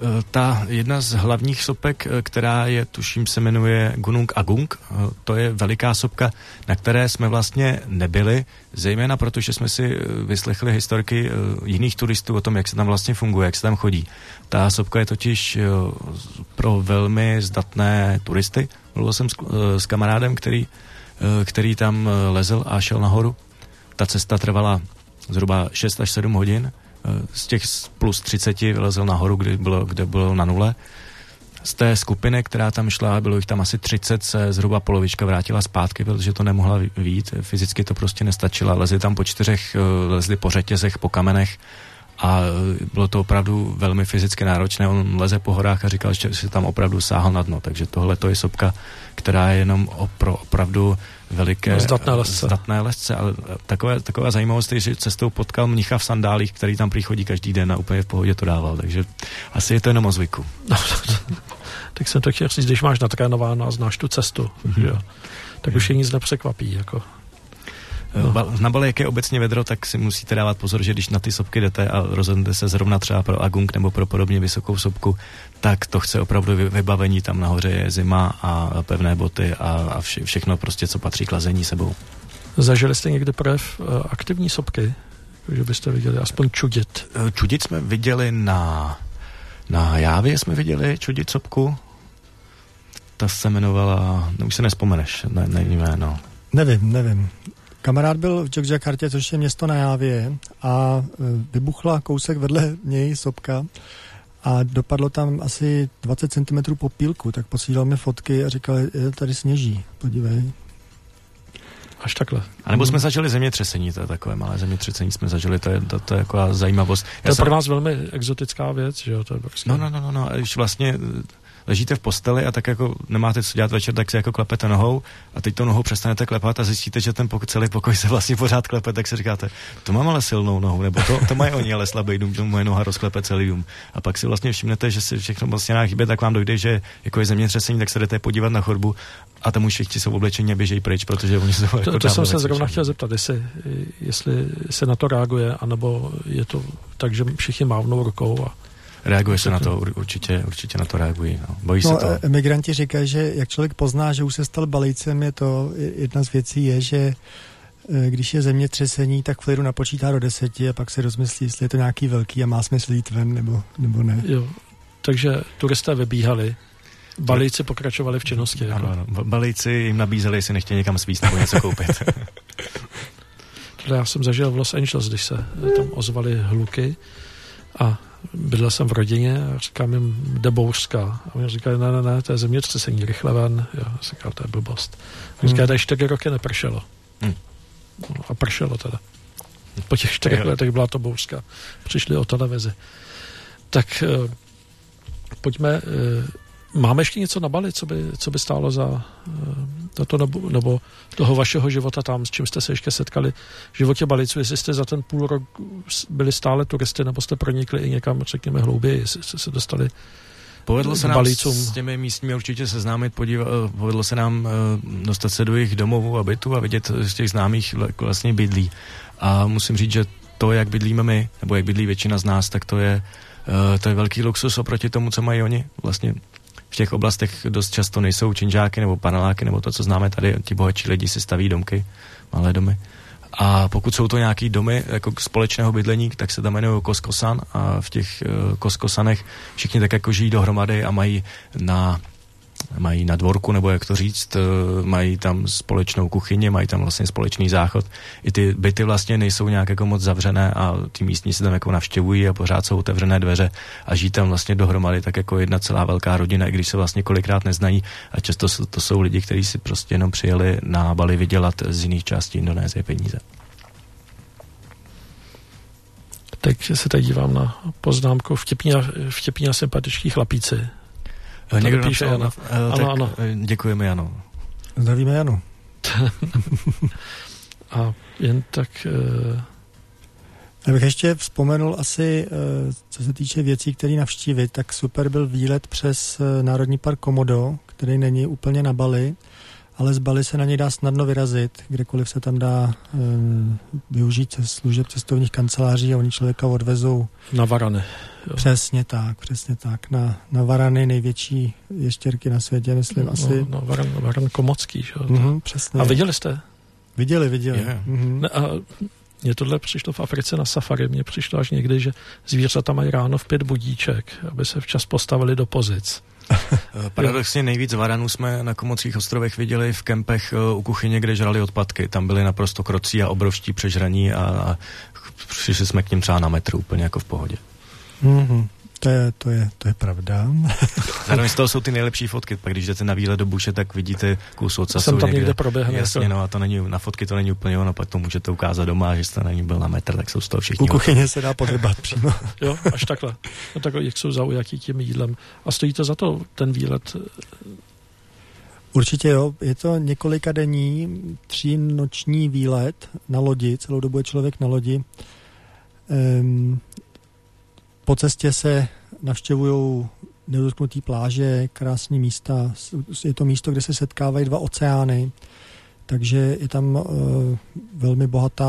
Ta jedna z hlavních sopek, která je, tuším, se jmenuje Gunung Agung, to je veliká sopka, na které jsme vlastně nebyli, zejména protože jsme si vyslechli historky jiných turistů o tom, jak se tam vlastně funguje, jak se tam chodí. Ta sopka je totiž pro velmi zdatné turisty. Mluvil jsem s kamarádem, který tam lezl a šel nahoru. Ta cesta trvala zhruba 6 až 7 hodin. Z těch plus 30 vylezl nahoru, kde bylo na nule. Z té skupiny, která tam šla, bylo jich tam asi 30, se zhruba polovička vrátila zpátky, protože to nemohla vyjít. Fyzicky to prostě nestačilo. Lezli tam po 4, lezli po řetězech, po kamenech a bylo to opravdu velmi fyzicky náročné. On leze po horách a říkal, že si tam opravdu sáhl na dno. Takže tohle to je sopka, která je jenom opravdu veliké zdatné lesce, ale taková zajímavost je, že cestou potkal mnicha v sandálích, který tam přichodí každý den a úplně v pohodě to dával, takže asi je to jenom o zvyku. Tak jsem to chtěl říct, když máš natrénováno a znáš tu cestu, tak už je nic nepřekvapí, jako. Na Bali, jak je obecně vedro, tak si musíte dávat pozor, že když na ty sopky jdete a rozhodnete se zrovna třeba pro Agung nebo pro podobně vysokou sopku, tak to chce opravdu vybavení, tam nahoře je zima a pevné boty a všechno prostě, co patří k lezení sebou. Zažili jste někdy projev aktivní sopky? Že byste viděli aspoň čudit? Čudit jsme viděli na Jávě jsme viděli čudit sopku. Ta se jmenovala, už se nespomeneš, není jméno. Nevím. Kamarád byl v Jogjakartě, což je město na Jávě, a vybuchla kousek vedle něj sopka a dopadlo tam asi 20 cm popílku, tak posílal mi fotky a říkal, tady sněží, podívej. Až takhle. A nebo jsme zažili zemětřesení, to je takové malé zemětřesení jsme zažili, to je jako zajímavost. To je pro nás velmi exotická věc, že jo? To je prostě... No, když vlastně ležíte v posteli a tak jako nemáte co dělat večer, tak si jako klepete nohou a teď tou nohou přestanete klepat a zjistíte, že ten celý pokoj se vlastně pořád klepe, tak si říkáte, to mám ale silnou nohu, nebo to mají oni ale slabý dům, že moje noha rozklepe celý dům. A pak si vlastně všimnete, že si všechno vlastně chybě, tak vám dojde, že jako je zemětřesení, tak se jdete podívat na chodbu a tam už všichni jsou oblečení a běžejí pryč, protože oni jsou jako to jsem se zrovna chtěl zeptat, jestli se na to reaguje, anebo je to tak, že všichni mávnou rukou a reaguje se na to, určitě na to reagují. No. Bojí se to. Emigranti říkají, že jak člověk pozná, že už se stal Balijcem, jedna z věcí je, že když je zemětřesení, tak v klidu napočítá do 10 a pak se rozmyslí, jestli je to nějaký velký a má smysl jít ven, nebo ne. Jo, takže turisté vybíhali, Balijci pokračovali v činnosti. Jako. Ano. Balijci jim nabízeli, jestli nechtějí někam svíst nebo něco koupit. Já jsem zažil v Los Angeles, když se tam ozvaly hluky a bydlel jsem v rodině a říkám jim, jde bouřka. A oni říkali, ne, to je zemětřesení, rychle ven. Jo, říkal, to je blbost. A říkali, tady 4 roky nepršelo. No, a pršelo teda. Po těch 4 letech byla to bouřka. Přišli o televizi. Tak pojďme, máme ještě něco na Bali, co by stálo za to nebo toho vašeho života tam, s čím jste se ještě setkali v životě Balijců, jestli jste za ten půl rok byli stále turisty, nebo jste pronikli i někam, řekněme, hlouběji, jestli jste se dostali povedlo se nám Balijcům. S těmi místními určitě seznámit, povedlo se nám dostat se do jejich domovů a bytů a vidět z těch známých vlastně bydlí. A musím říct, že to, jak bydlíme my, nebo jak bydlí většina z nás, tak to je velký luxus oproti tomu, co mají oni. Vlastně v těch oblastech dost často nejsou činžáky nebo paneláky, nebo to, co známe tady, ti bohatší lidi si staví domky, malé domy. A pokud jsou to nějaký domy jako společného bydlení, tak se tam jmenují koskosan a v těch koskosanech všichni tak jako žijí dohromady a mají na dvorku, nebo jak to říct, mají tam společnou kuchyni, mají tam vlastně společný záchod. I ty byty vlastně nejsou nějak jako moc zavřené a ty místní se tam jako navštěvují a pořád jsou otevřené dveře a žijí tam vlastně dohromady tak jako jedna celá velká rodina, i když se vlastně kolikrát neznají a často to jsou lidi, kteří si prostě jenom přijeli na Bali vydělat z jiných částí Indonésie peníze. Teď se tady dívám na poznámku vtipní a sympatičtí chlapíci. Někdo píše Jana. Ano. Děkujeme, Jano. Zdravíme, Janu. A jen tak... Já bych ještě vzpomenul asi, co se týče věcí, které navštívit, tak super byl výlet přes Národní park Komodo, který není úplně na Bali ale z Bali se na něj dá snadno vyrazit, kdekoliv se tam dá využít služeb cestovních kanceláří a oni člověka odvezou na Varany. Jo. Přesně tak. Na Varany, největší ještěrky na světě, myslím, asi. No, Varan Komocký, že? Přesně. A viděli jste? Viděli. Yeah. Ne, a mně tohle přišlo v Africe na safari, mně přišlo až někdy, že zvířata mají ráno v 5 budíček, aby se včas postavili do pozic. Paradoxně nejvíc varanů jsme na Komockých ostrovech viděli v kempech u kuchyně, kde žrali odpadky. Tam byli naprosto krocí a obrovští přežraní a přišli jsme k ním třeba na metr úplně jako v pohodě. Mm-hmm. To je pravda. Zároveň z toho jsou ty nejlepší fotky. Pak když jdete na výlet do buše, tak vidíte kus ocasu. Jsem tam někde proběhne. Jasně, no a to není, na fotky to není úplně ono, pak to můžete ukázat doma, že jste na ní byl na metr, tak jsou z toho všichni. U kuchyně se dá podrbat přímo. Jo, až takhle. No takhle, jak jsou zaujatí tím jídlem. A stojí to za to, ten výlet? Určitě jo. Je to několikadenní 3noční výlet na lodi. Celou dobu je člověk na lodi. Po cestě se navštěvují nedotknutý pláže, krásné místa. Je to místo, kde se setkávají 2 oceány, takže je tam velmi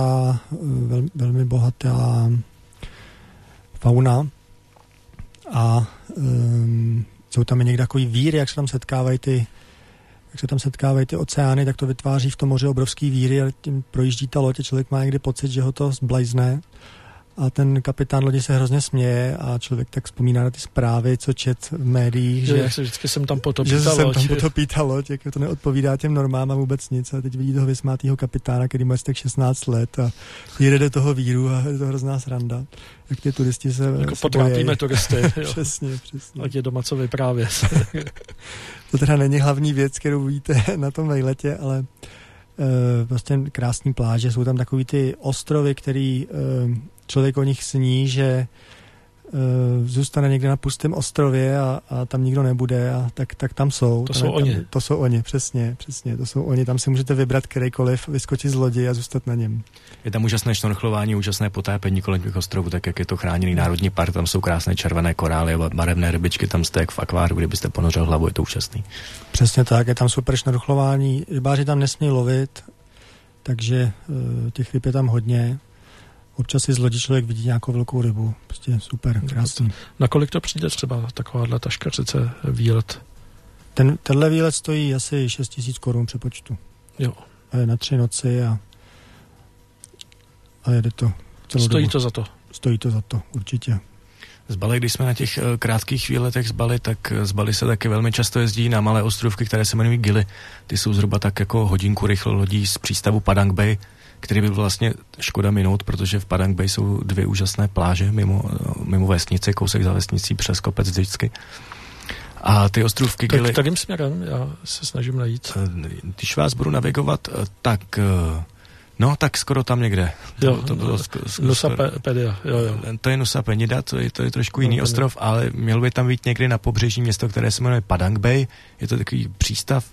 bohatá fauna a jsou tam i někde takový víry, jak se tam setkávají ty oceány, tak to vytváří v tom moři obrovský víry a tím projíždí ta loď a člověk má někdy pocit, že ho to zblajzne. A ten kapitán lodi se hrozně směje a člověk tak vzpomíná na ty zprávy, co čet v médiích, že vždycky jsem tam potopí ta loď, jak to neodpovídá těm normám a vůbec nic. A teď vidí toho vysmátýho kapitána, který má tak 16 let a jede do toho víru a je to hrozná sranda. Jak ty turisti se jako potrápíme turisty. Přesně. Ať je doma co vyprávět. To teda není hlavní věc, kterou vidíte na tom vejletě, ale vlastně krásný pláže. Jsou tam takový ty ostrovy, který člověk o nich sní, že zůstane někde na pustém ostrově a tam nikdo nebude a tak tam jsou. To jsou oni, přesně. To jsou oni. Tam si můžete vybrat kterýkoliv, vyskočit z lodi a zůstat na něm. Je tam úžasné šnorchlování, úžasné potápění kolem těch ostrovů, tak jak je to chráněný národní park, tam jsou krásné červené korály a barevné rybičky, tam jste jak v akváriu, kdybyste ponořil hlavu, je to úžasný. Přesně tak, je tam super šnorchlování, rybáři tam nesmí lovit, takže těch ryb je tam hodně. Občas si z lodi člověk vidí nějakou velkou rybu. Prostě super, krásný. Nakolik to přijde třeba takováhle taškařice výlet? Tenhle výlet stojí asi 6 000 korun přepočtu. Jo. A je na 3 noci a jede to celou Stojí dobu. to za to? Stojí to za to, určitě. Z Bali, když jsme na těch krátkých výletech z Bali, tak z Bali se taky velmi často jezdí na malé ostrovky, které se jmenují Gili. Ty jsou zhruba tak jako hodinku rychle lodí z přístavu Padang Bay, který byl vlastně škoda minout, protože v Padang Bay jsou 2 úžasné pláže mimo vesnici, kousek za vesnicí přes kopec vždycky. A ty ostrovky Gili... Kterým směrem? Já se snažím najít. Když vás budu navigovat, tak... No, tak skoro tam někde. Nusa Penida, jo. To je Nusa Penida, to je trošku jiný ostrov, ale měl by tam být někdy na pobřeží město, které se jmenuje Padang Bay. Je to takový přístav,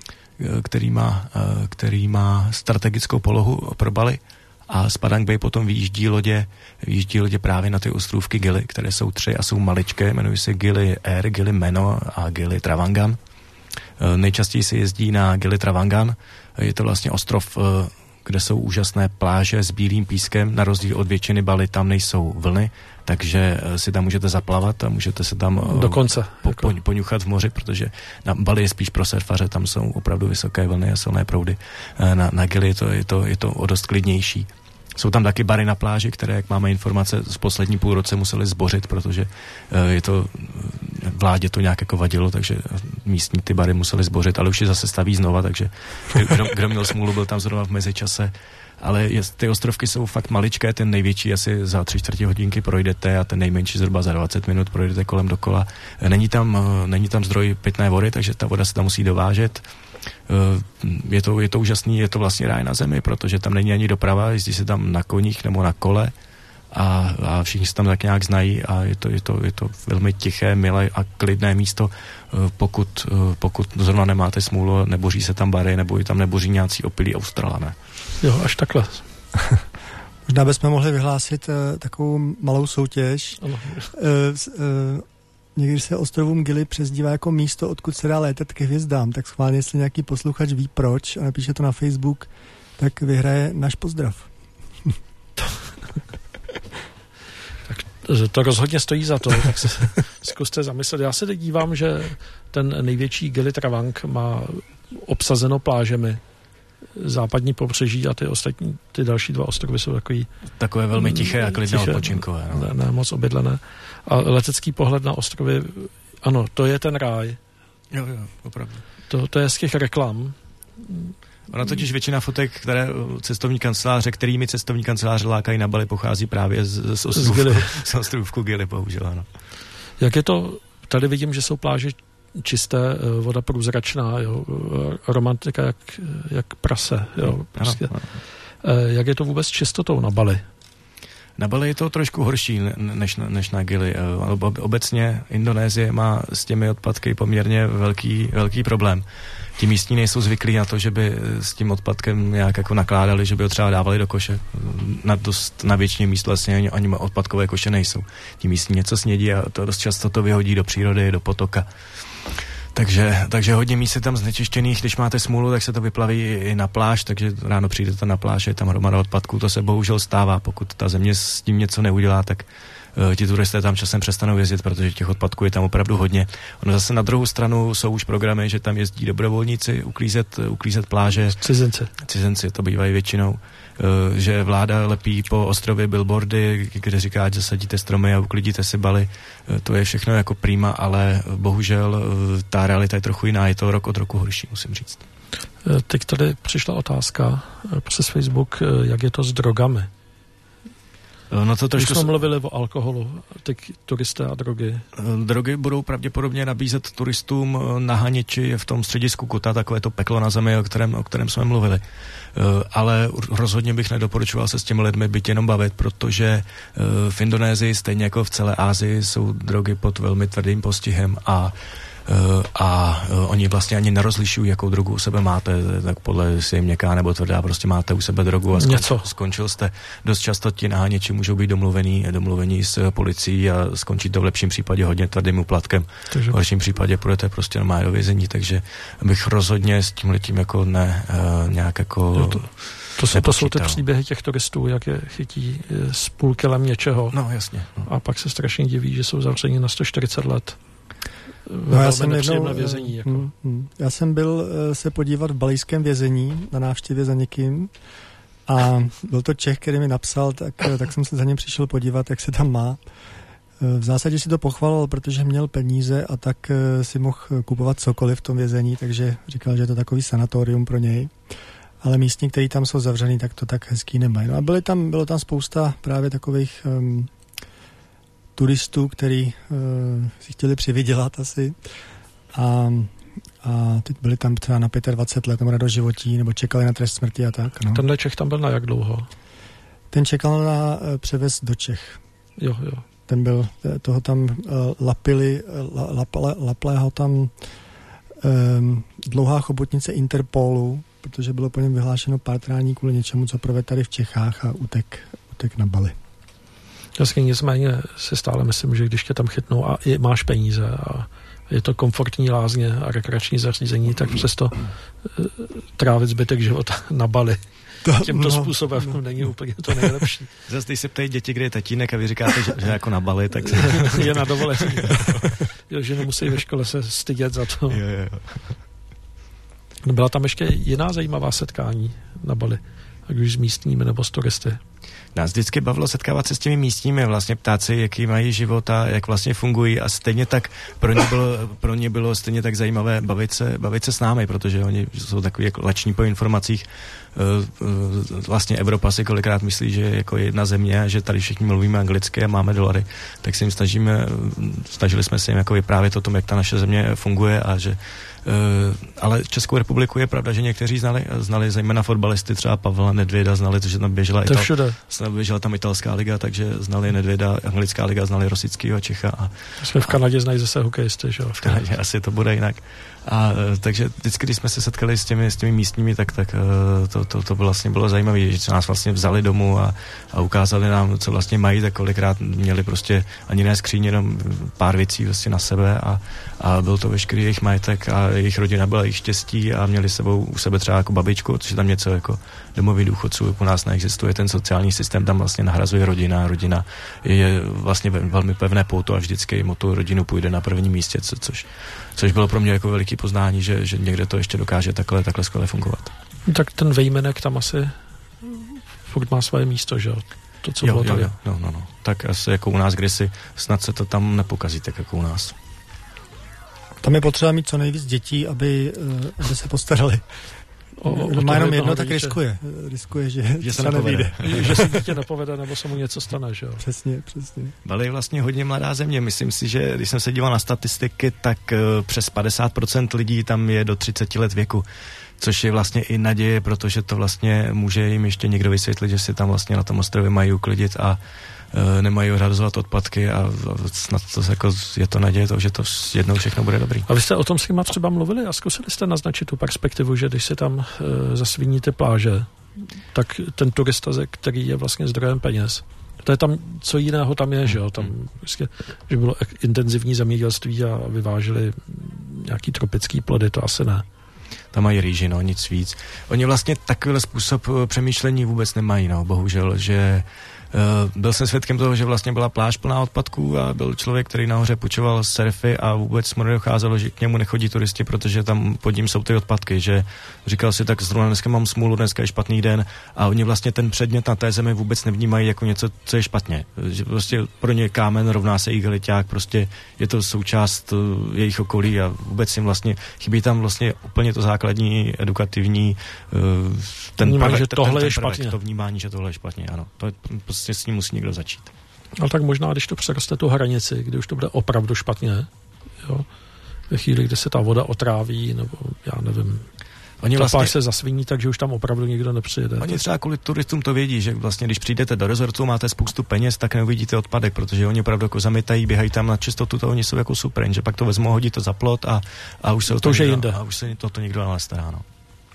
který má strategickou polohu pro Bali a z Padang Bay potom vyjíždí lodě právě na ty ostrovky Gili, které jsou 3 a jsou maličké, jmenují se Gili Air, Gili Meno a Gili Travangan. Nejčastěji se jezdí na Gili Travangan, je to vlastně ostrov, kde jsou úžasné pláže s bílým pískem, na rozdíl od většiny Bali tam nejsou vlny, takže si tam můžete zaplavat a můžete se tam dokonce poňuchat v moři, protože na Bali je spíš pro surfaře, tam jsou opravdu vysoké vlny a silné proudy. Na Gili je to o dost klidnější. Jsou tam taky bary na pláži, které, jak máme informace, z poslední půlroce museli zbořit, protože vládě to nějak jako vadilo, takže místní ty bary museli zbořit, ale už je zase staví znova, takže kdo měl smůlu, byl tam zrovna v mezičase. Ale ty ostrovky jsou fakt maličké, ten největší asi za 3/4 hodinky projdete a ten nejmenší zhruba za 20 minut projdete kolem dokola. Není tam zdroj pitné vody, takže ta voda se tam musí dovážet. Je to úžasný, je to vlastně ráj na zemi, protože tam není ani doprava, jezdí se tam na koních nebo na kole a všichni se tam tak nějak znají a je to velmi tiché, milé a klidné místo, pokud zrovna nemáte smůlu, neboří se tam bary, nebo tam neboří nějací opilí Australané. Jo, až takhle. Možná bychom mohli vyhlásit takovou malou soutěž. někdy se ostrovům Gili přezdívá jako místo, odkud se dá létat ke hvězdám, tak schválně, jestli nějaký posluchač ví proč a napíše to na Facebook, tak vyhraje náš pozdrav. To rozhodně stojí za to, tak se zkuste zamyslet. Já se teď dívám, že ten největší Gili Travank má obsazeno plážemi západní pobřeží a ty další 2 ostrovy jsou takové velmi tiché a klidné odpočinkové. No. Ne moc obydlené. A letecký pohled na ostrovy, ano, to je ten ráj. Jo, opravdu. To je z těch reklam. Ona totiž většina fotek, kterými cestovní kanceláře lákají na Bali, pochází právě z ostrovku Gili, bohužel, ano. Jak je to, tady vidím, že jsou pláže čisté, voda průzračná, jo, romantika jak prase, jo, prostě. Ano. Jak je to vůbec s čistotou na Bali? Na Bali je to trošku horší než na Gili. Obecně Indonésie má s těmi odpadky poměrně velký problém. Ti místní nejsou zvyklí na to, že by s tím odpadkem nějak jako nakládali, že by ho třeba dávali do koše. Na většině míst vlastně ani odpadkové koše nejsou. Ti místní něco snědí a to dost často to vyhodí do přírody, do potoka. Takže hodně míst je tam znečištěných, když máte smůlu, tak se to vyplaví i na pláž, takže ráno přijdete na pláž, je tam hromada odpadků, to se bohužel stává, pokud ta země s tím něco neudělá, tak ti turisté tam časem přestanou jezdit, protože těch odpadků je tam opravdu hodně. Ono zase na druhou stranu jsou už programy, že tam jezdí dobrovolníci uklízet pláže. Cizinci to bývají většinou. Že vláda lepí po ostrově billboardy, kde říká, že zasadíte stromy a uklidíte si Bali. To je všechno jako prima, ale bohužel ta realita je trochu jiná, je to rok od roku horší, musím říct. Teď tady přišla otázka přes Facebook, jak je to s drogami. No to trošku... Už jsme mluvili o alkoholu, teď turisté a drogy. Drogy budou pravděpodobně nabízet turistům na Haniči v tom středisku Kuta, takové to peklo na zemi, o kterém jsme mluvili. Ale rozhodně bych nedoporučoval se s těmi lidmi byť jenom bavit, protože v Indonésii, stejně jako v celé Asii, jsou drogy pod velmi tvrdým postihem a oni vlastně ani nerozlišují, jakou drogu u sebe máte, tak podle jestli je měkká nebo tvrdá, prostě máte u sebe drogu a skončil jste. Dost často ti naháněči můžou být domluvení s policií a skončí to v lepším případě hodně tvrdým úplatkem. V horším případě půjdete prostě normálně do vězení, takže bych rozhodně s tímhletím jako nějak jako... To jsou ty příběhy těch turistů, jak je chytí s půl kilem něčeho. No, jasně. No. A pak se strašně diví, že jsou zavřeni na 140 let. No, já jsem byl se podívat v balijském vězení na návštěvě za někým a byl to Čech, který mi napsal, tak jsem se za ním přišel podívat, jak se tam má. V zásadě si to pochvaloval, protože měl peníze a tak si mohl kupovat cokoliv v tom vězení, takže říkal, že je to takový sanatorium pro něj. Ale místní, kteří tam jsou zavřený, tak to tak hezký nemají. No a bylo tam spousta právě takových turistů, který si chtěli přivydělat asi a teď byli tam třeba na 25 let nebo na doživotí, nebo čekali na trest smrti a tak. No. Tenhle Čech tam byl na jak dlouho? Ten čekal na převez do Čech. Jo. Ten byl, toho tam lapla ho tam dlouhá chobotnice Interpolu, protože bylo po něm vyhlášeno pátrání kvůli něčemu, co provedl tady v Čechách a utek na Bali. Jasně, nicméně si stále myslím, že když tě tam chytnou a máš peníze a je to komfortní lázně a rekreační zařízení, tak přesto trávit zbytek života na Bali tímto způsobem není úplně to nejlepší. Zase když se ptají děti, kde je tatínek a vy říkáte, že jako na Bali, tak je na dovolení. Že nemusí ve škole se stydět za to. Jo. Byla tam ještě jiná zajímavá setkání na Bali, ať už s místními nebo s turisty. Nás vždycky bavilo setkávat se s těmi místními, vlastně ptát se, jaký mají život a jak vlastně fungují a stejně tak pro ně bylo stejně tak zajímavé bavit se s námi, protože oni jsou takový jako lační po informacích. Vlastně Evropa si kolikrát myslí, že je jako jedna země a že tady všichni mluvíme anglicky a máme dolary, tak se jim snažili jsme se jim jako vyprávět o tom, jak ta naše země funguje a že Ale Českou republiku je pravda, že někteří znali zejména fotbalisty, třeba Pavla Nedvěda, znali to, že tam běžela tam italská liga, takže znali Nedvěda, anglická liga, znali Rosickýho, Čecha. A jsme v Kanadě znají zase hokejisty, že jo? V Kanadě asi to bude jinak. A takže vždycky, když jsme se setkali s těmi místními, tak to vlastně bylo zajímavé, že nás vlastně vzali domů a ukázali nám, co vlastně mají, tak kolikrát měli prostě ani ne skříně, jenom pár věcí vlastně na sebe a byl to veškerý jejich majetek a jejich rodina byla jejich štěstí a měli u sebe třeba jako babičku, což je tam něco jako domový důchodců, u nás neexistuje ten sociální systém, tam vlastně nahrazuje rodina je vlastně velmi pevné pouto a vždycky o tu rodinu půjde na prvním místě, což bylo pro mě jako veliký poznání, že někde to ještě dokáže takhle skvěle fungovat. Tak ten vejmenek tam asi furt má svoje místo, že jo? To, co bylo tady. No. Tak asi jako u nás kdysi, snad se to tam nepokazí, tak jako u nás. Tam je potřeba mít co nejvíc dětí, aby se postarali. Má jenom jedno, tak riskuje, že se nevyjde. Že se dítě nepovede, nebo se mu něco stane, že jo? Přesně. Bali je vlastně hodně mladá země. Myslím si, že když jsem se díval na statistiky, tak přes 50% lidí tam je do 30 let věku. Což je vlastně i naděje, protože to vlastně může jim ještě někdo vysvětlit, že si tam vlastně na tom ostrově mají uklidit a nemají odhazovat odpadky a snad to jako je to naděje toho, že to jednou všechno bude dobrý. A vy jste o tom s nima třeba mluvili a zkusili jste naznačit tu perspektivu, že když se tam zasviníte pláže, tak ten turista, který je vlastně zdrojem peněz, to je tam, co jiného tam je, že jo, tam že bylo intenzivní zemědělství a vyváželi nějaký tropický plody, to asi ne. Tam mají rýži, no, nic víc. Oni vlastně takovýhle způsob přemýšlení vůbec nemají, no, bohužel, že byl jsem svědkem toho, že vlastně byla pláž plná odpadků a byl člověk, který nahoře půjčoval surfy a vůbec mu nedocházelo, že k němu nechodí turisti, protože tam pod ním jsou ty odpadky, že říkal si, tak zrovna dneska mám smůlu, dneska je špatný den a oni vlastně ten předmět na té zemi vůbec nevnímají jako něco, co je špatně. Že prostě pro ně kámen rovná se igeliťák, prostě je to součást jejich okolí a vůbec jim vlastně chybí tam vlastně úplně to základní edukativní vnímání, že tohle je špatně. To vnímání, že tohle je špatně, ano. To je prostě s ním musí někdo začít. Ale tak možná, když to přeroste tu hranici, kdy už to bude opravdu špatně, jo, ve chvíli, kdy se ta voda otráví, nebo já nevím, oni vlastně se zasviní, takže už tam opravdu nikdo nepřijede. Oni třeba kvůli turistům to vědí, že vlastně když přijdete do rezortu, máte spoustu peněz, tak neuvidíte odpadek, protože oni opravdu jako zamytají, běhají tam na čistotu, to oni jsou jako super, že pak to vezmou, hodí to za plot a už se o to jinde. A už se to nikdo nestará, no.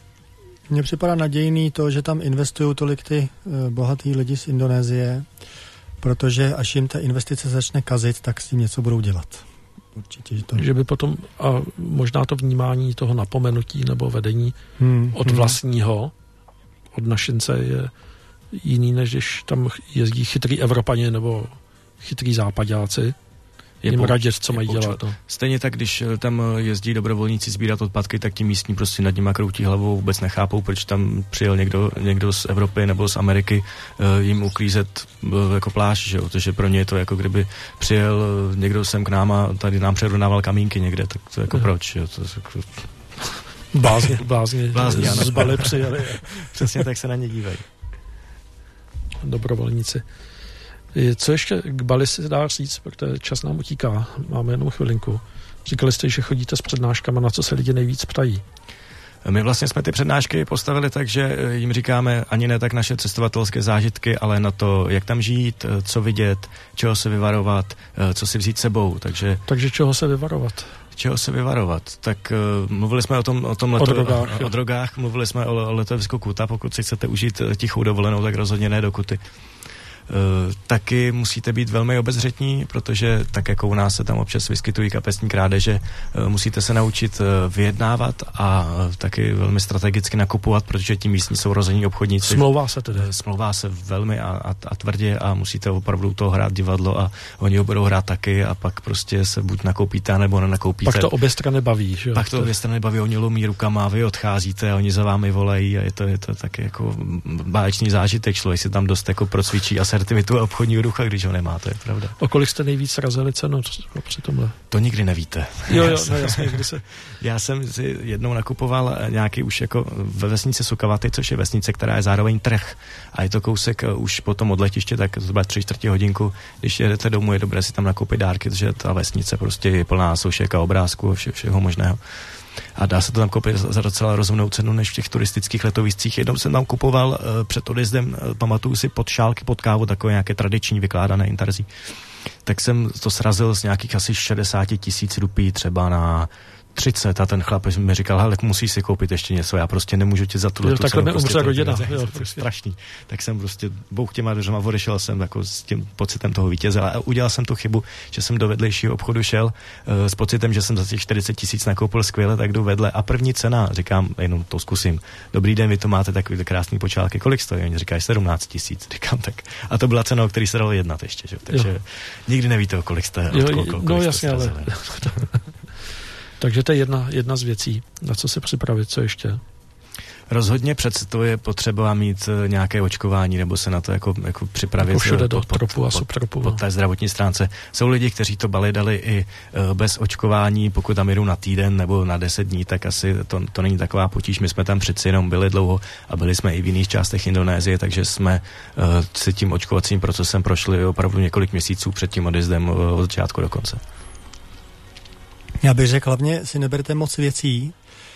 Mně připadá nadějný to, že tam investují tolik ty bohatý lidi z Indonésie, protože až jim ta investice začne kazit, tak s tím něco budou dělat. Určitě, že by potom, a možná to vnímání toho napomenutí nebo vedení od vlastního, od našince je jiný, než když tam jezdí chytrý Evropani nebo chytrý západáci. Jim radit, co mají dělat. No. Stejně tak, když tam jezdí dobrovolníci sbírat odpadky, tak ti místní prostě nad nima kroutí hlavou, vůbec nechápou, proč tam přijel někdo z Evropy nebo z Ameriky jim uklízet jako pláž, že jo? Protože pro ně je to jako kdyby přijel někdo sem k nám a tady nám přerovnával kamínky někde, tak to jako proč, jo? To jako... Blázni z Bali přijeli. Přesně tak se na ně dívají. Dobrovolníci. Co ještě k Bali si dá říct, protože čas nám utíká, máme jenom chvilinku. Říkali jste, že chodíte s přednáškama, na co se lidi nejvíc ptají. My vlastně jsme ty přednášky postavili tak, že jim říkáme ani ne tak naše cestovatelské zážitky, ale na to, jak tam žít, co vidět, čeho se vyvarovat, co si vzít sebou. Takže čeho se vyvarovat? Čeho se vyvarovat? Tak mluvili jsme o drogách, mluvili jsme o letovisku Kuta, pokud si chcete užít tichou dovolenou, tak rozhodně ne do Kuty. Taky musíte být velmi obezřetní, protože tak jako u nás se tam občas vyskytují kapesní krádeže, musíte se naučit vyjednávat a taky velmi strategicky nakupovat, protože ti místní jsou rozhodní obchodníci. Smlouvá se tedy? Smlouvá se velmi a tvrdě a musíte opravdu toho hrát divadlo a oni ho budou hrát taky a pak prostě se buď nakoupíte, nebo nenakoupíte. Pak to obě strany baví, že? Pak to obě strany baví, oni lomí rukama, vy odcházíte a oni za vámi volají a je to taky jako báječný zážitek, člověk si tam dost jako procvičí asertivitu a obchodního ducha, když ho nemá, to je pravda. O kolik jste nejvíc srazili cenu při tomhle? To nikdy nevíte. Jo, jasně, kdy se... Já jsem si jednou nakupoval nějaký už jako ve vesnici Sukavaty, což je vesnice, která je zároveň trh a je to kousek už potom od letiště, tak to bude 3/4 hodinku. Když jedete domů, je dobré si tam nakoupit dárky, protože ta vesnice prostě je plná sošek a obrázků a všeho možného. a dá se to tam koupit za docela rozumnou cenu než v těch turistických letoviscích. Jednou jsem tam kupoval před odjezdem, pamatuju si, pod šálky, pod kávu, takové nějaké tradiční vykládané intarzí. Tak jsem to srazil z nějakých asi 60 000 rupí třeba na 30 a ten chlap mi říkal, hele, musíš si koupit ještě něco, já prostě nemůžu ti za tuhle tu cenu. Takhle mi umře rodina. To strašný. Tak jsem prostě bouch těma dveřma odešel jsem jako s tím pocitem toho vítěze a udělal jsem tu chybu, že jsem do vedlejšího obchodu šel s pocitem, že jsem za těch 40 000 nakoupil skvěle, tak jdu vedle a první cena, říkám, jenom to zkusím. Dobrý den, vy to máte takový krásný počálky, kolik stojí? Oni říkají 17 000. Říkám tak. A to byla cena, o který se dalo jednat ještě, že? Takže nikdy nevíte, kolik jste. No jasně, ale takže to je jedna z věcí, na co se připravit, co ještě? Rozhodně přece je potřeba mít nějaké očkování nebo se na to jako připravit. Jako všude do tropu a subtropu. Po té zdravotní stránce. Jsou lidi, kteří to Bali dali i bez očkování, pokud tam jdou na týden nebo na 10 dní, tak asi to není taková potíž. My jsme tam přeci jenom byli dlouho a byli jsme i v jiných částech Indonésie, takže jsme si tím očkovacím procesem prošli opravdu několik měsíců před tím odjezdem od začátku do konce. Já bych řekl, hlavně si neberte moc věcí.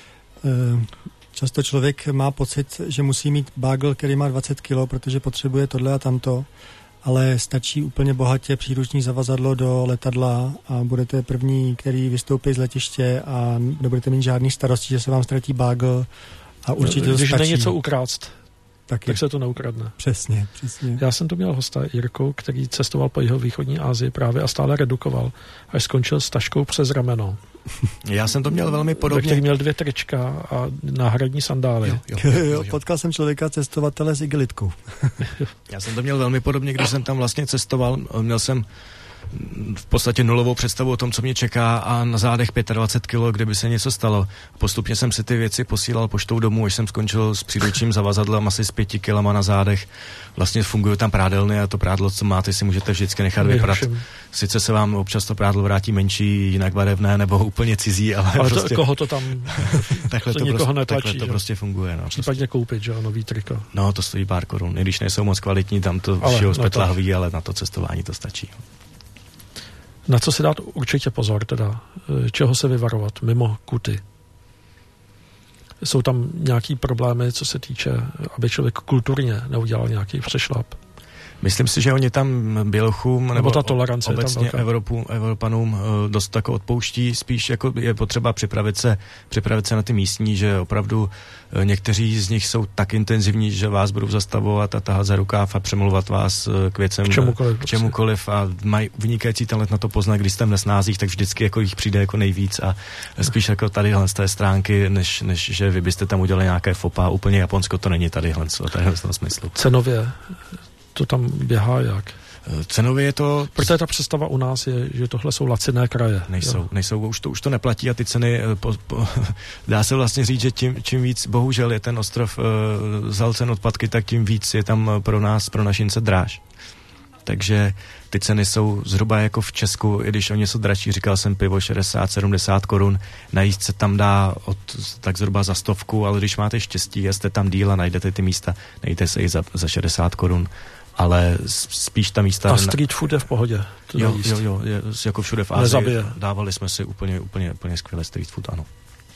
Často člověk má pocit, že musí mít bagel, který má 20 kg, protože potřebuje tohle a tamto, ale stačí úplně bohatě příruční zavazadlo do letadla a budete první, který vystoupí z letiště a nebudete mít žádný starosti, že se vám ztratí bagel a určitě to stačí. Když není něco ukrást, tak se to neukradne. Přesně. Já jsem to měl hosta Jirkou, který cestoval po jihovýchodní Asii právě a stále redukoval, až skončil s taškou přes rameno. Já jsem to měl velmi podobně. Který měl 2 trička a náhradní sandály. Jo, potkal jsem člověka cestovatele s igelitkou. Já jsem to měl velmi podobně, když jsem tam vlastně cestoval. Měl jsem v podstatě nulovou představu o tom, co mě čeká a na zádech 25 kg, kdyby se něco stalo. Postupně jsem si ty věci posílal poštou domů, až jsem skončil s příručním zavazadlem asi s 5 kilama na zádech. Vlastně fungují tam prádelny a to prádlo, co máte, si můžete vždycky nechat vyprat. Sice se vám občas to prádlo vrátí menší, jinak barevné nebo úplně cizí, ale prostě... koho to tam... takhle to prostě funguje. No, případně koupit, že nový triko. No, to stojí pár korun. I když nejsou moc kvalitní, tam to všeho zpětlahví, ale na to cestování to stačí. Na co si dát určitě pozor, teda čeho se vyvarovat mimo kuty? Jsou tam nějaký problémy, co se týče, aby člověk kulturně neudělal nějaký přešlap? Myslím si, že oni tam bělochům nebo ta tolerance obecně Evropanům dost jako odpouští, spíš jako je potřeba připravit se na ty místní, že opravdu někteří z nich jsou tak intenzivní, že vás budou zastavovat a tahat za rukáv a přemlouvat vás k věcem, k čemukoliv a mají vynikající talent na to poznat, když jste v nesnázích, tak vždycky jako jich přijde jako nejvíc a spíš jako tadyhle z té stránky, než že vy byste tam udělali nějaké fopa. Úplně Japonsko to není tadyhle v tom smyslu. Cenově to tam běhá jak? Cenově je to... Protože ta představa u nás je, že tohle jsou laciné kraje. Nejsou, už to neplatí a ty ceny, dá se vlastně říct, že čím víc, bohužel je ten ostrov zalcen odpadky, tak tím víc je tam pro nás, pro našince dráž. Takže ty ceny jsou zhruba jako v Česku, i když o něco dražší, říkal jsem pivo 60-70 korun, najíst se tam dá tak zhruba za 100, ale když máte štěstí a jste tam díl a najdete ty místa, najdete se i za 60 korun. Ale spíš ta místa... A street food je v pohodě. Jo, jako všude v Asii. Nezabije. Dávali jsme si úplně skvělé street food, ano.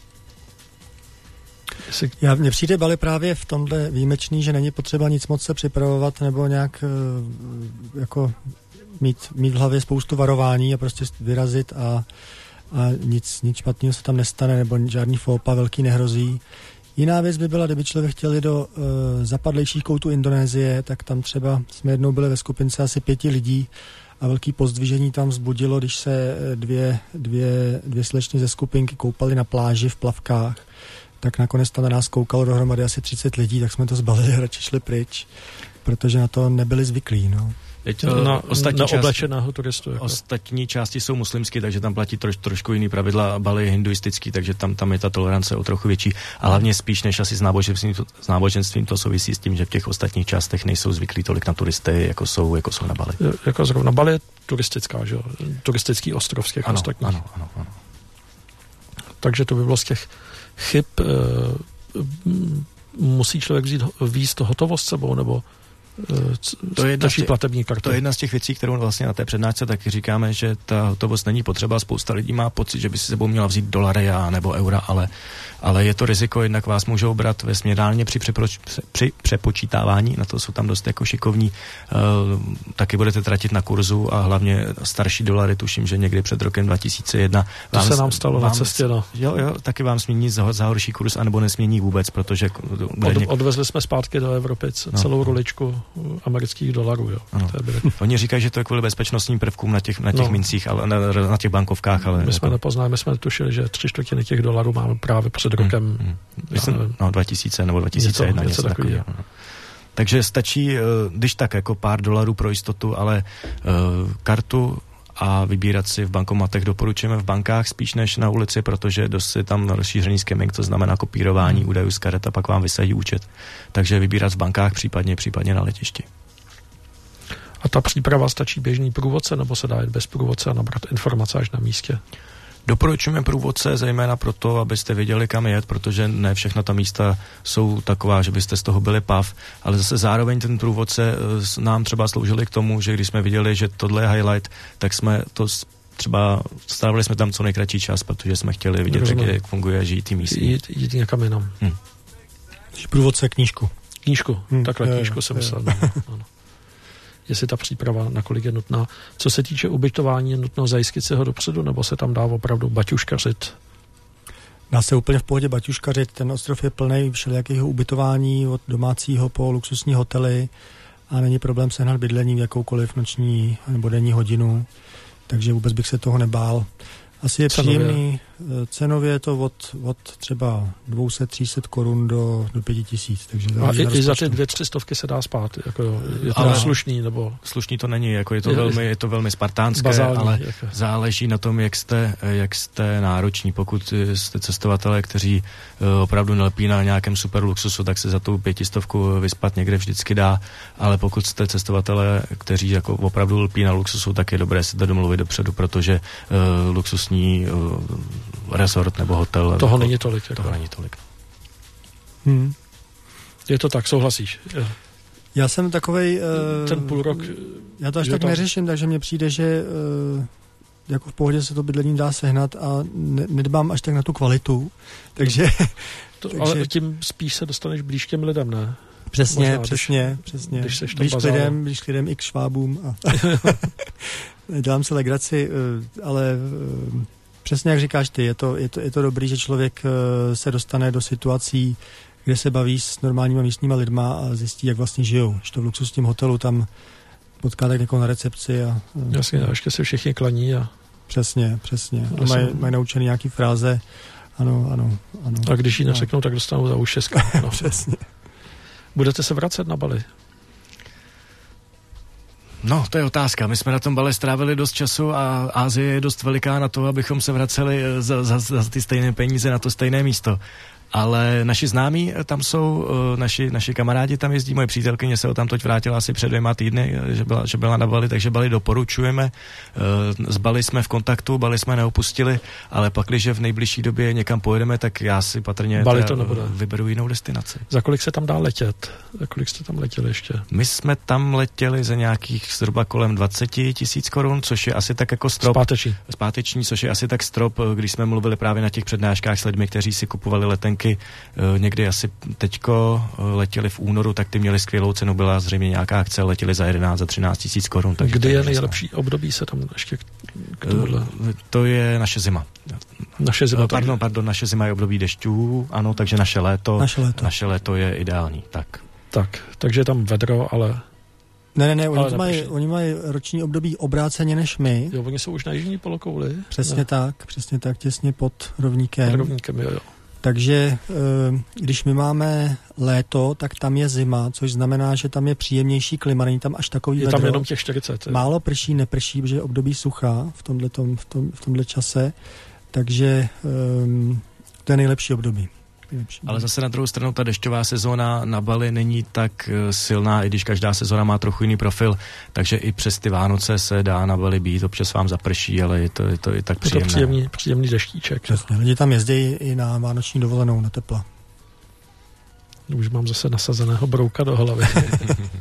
Mně přijde Bali právě v tomhle výjimečný, že není potřeba nic moc se připravovat nebo nějak jako mít v hlavě spoustu varování a prostě vyrazit a nic špatného se tam nestane nebo žádný fópa velký nehrozí. Jiná věc by byla, kdyby člověk chtěl jít do zapadlejších koutů Indonésie, tak tam třeba jsme jednou byli ve skupince asi 5 lidí a velký pozdvižení tam vzbudilo, když se dvě slečny ze skupinky koupaly na pláži v plavkách, tak nakonec tam na nás koukalo dohromady asi 30 lidí, tak jsme to zbalili a radši šli pryč, protože na to nebyli zvyklí, no. Na oblečeného turistu. Jako. Ostatní části jsou muslimské, takže tam platí trošku jiný pravidla. Bali je hinduistický, takže tam je ta tolerance o trochu větší. A hlavně spíš než asi s náboženstvím to souvisí s tím, že v těch ostatních částech nejsou zvyklí tolik na turisty, jako jsou na Bali. Jako zrovna Bali je turistická, že jo? Turistický ostrov z těch ostatních. Ano. Takže to by bylo z těch chyb. Musí člověk vízt hotovost s sebou, nebo To je platební karty. To je jedna z těch věcí, kterou vlastně na té přednášce taky říkáme, že ta hotovost není potřeba. Spousta lidí má pocit, že by si sebou měla vzít dolary nebo eura, ale je to riziko, jednak vás můžou brát ve směrálně při přepočítávání, na to jsou tam dost jako šikovní, taky budete tratit na kurzu a hlavně starší dolary, tuším, že někdy před rokem 2001. To se nám stalo na cestě, no. Jo, taky vám smění za horší kurz, anebo nesmění vůbec, protože... Odvezli jsme zpátky do Evropy celou ruličku amerických dolarů, jo. Oni říkají, že to je kvůli bezpečnostním prvkům na těch mincích, ale na těch bankovkách, ale... My jsme nepoznali, my jsme tušili, že 3/4 těch dolarů máme právě před rokem... 2000 nebo 2001, něco takového. Takže stačí, když tak, jako pár dolarů pro jistotu, ale kartu a vybírat si v bankomatech doporučujeme v bankách spíš než na ulici, protože dost je tam rozšířený skimming, to znamená kopírování údajů z karet a pak vám vysadí účet. Takže vybírat v bankách, případně na letišti. A ta příprava stačí běžný průvodce, nebo se dá jít bez průvodce a nabrat informace až na místě? Doporučujeme průvodce zejména proto, abyste věděli, kam jet, protože ne všechna ta místa jsou taková, že byste z toho byli pav, ale zase zároveň ten průvodce nám třeba sloužili k tomu, že když jsme viděli, že tohle je highlight, tak jsme to třeba strávili jsme tam co nejkratší čas, protože jsme chtěli vidět, jak funguje žít místní. Jít někam jinam. Průvodce knížku. Takhle knížku jsem myslel. Ano. Jestli ta příprava, nakolik je nutná. Co se týče ubytování, je nutno zajistit si ho dopředu, nebo se tam dá opravdu baťuškařit? Dá se úplně v pohodě baťuškařit. Ten ostrov je plný všelijakého ubytování od domácího po luxusní hotely a není problém sehnat bydlení v jakoukoliv noční nebo denní hodinu, takže vůbec bych se toho nebál. Asi je příjemný. Cenově je to od třeba 200-300 korun do 5000. Takže a i za ty 200-300 se dá spát. Jako, je to slušný, nebo... Slušný to není, jako je to velmi spartánské, bazální, ale záleží na tom, jak jste nároční. Pokud jste cestovatelé, kteří opravdu nelepí na nějakém super luxusu, tak se za tu 500 vyspat někde vždycky dá, ale pokud jste cestovatelé, kteří jako opravdu lpí na luxusu, tak je dobré se to domluvit dopředu, protože luxusní resort nebo hotel. Toho není tolik. Toho není tolik. Je to tak, souhlasíš? Já jsem takovej... ten půl rok... Já to až tak neřeším, takže mně přijde, že jako v pohodě se to bydlení dá sehnat a nedbám až tak na tu kvalitu, takže... Ale tím spíš se dostaneš blíž těm lidem, ne? Přesně. Když blíž k lidem i k švábům. Dělám si legraci, ale... Přesně jak říkáš ty, je to dobrý, že člověk se dostane do situací, kde se baví s normálníma místníma lidma a zjistí, jak vlastně žijou. Když to v luxusním hotelu tam potká tak někoho na recepci. Jasně, a ještě se všichni klaní. Přesně. Mají naučený nějaký fráze. Ano. A když ji neřeknou, tak dostanou za uši. No. Přesně. Budete se vracet na Bali? No, to je otázka. My jsme na tom Bali strávili dost času a Asie je dost veliká na to, abychom se vraceli za ty stejné peníze na to stejné místo. Ale naši známí tam jsou, naši kamarádi tam jezdí, moje přítelkyně se odtamtoť vrátila asi před 2 týdny, že byla na Bali, takže Bali doporučujeme. S Bali jsme v kontaktu, Bali jsme neopustili, ale pak, když v nejbližší době někam pojedeme, tak já si patrně vyberu jinou destinaci. Za kolik se tam dá letět? Za kolik jste tam letěli ještě? My jsme tam letěli za nějakých zhruba kolem 20 000 korun, což je asi tak jako strop. Zpáteční, což je asi tak strop, když jsme mluvili právě na těch přednáškách s lidmi, kteří si kupovali letenky někdy asi teďko letěli v únoru, tak ty měli skvělou cenu, byla zřejmě nějaká akce, letěli za 11, za 13 000 korun. Kdy je nejlepší období se tam ještě k tomuhle? To je naše zima. Pardon, naše zima je období dešťů, ano, takže naše léto je ideální. Takže je tam vedro, ale... Ne, oni mají roční období obráceně než my. Jo, oni jsou už na jižní polokouli. Přesně tak, těsně pod rovníkem. Pod rovníkem, jo. Takže když my máme léto, tak tam je zima, což znamená, že tam je příjemnější klima, není tam až takový vedro. Je tam jenom těch 40. Málo prší, neprší, protože je období sucha v tomhle čase, takže to je nejlepší období. Ale zase na druhou stranu ta dešťová sezóna na Bali není tak silná, i když každá sezóna má trochu jiný profil, takže i přes ty Vánoce se dá na Bali být, občas vám zaprší, ale je to i tak příjemné. Je to příjemný deštíček. Přesně, lidi tam jezdí i na vánoční dovolenou, na tepla. Už mám zase nasazeného brouka do hlavy.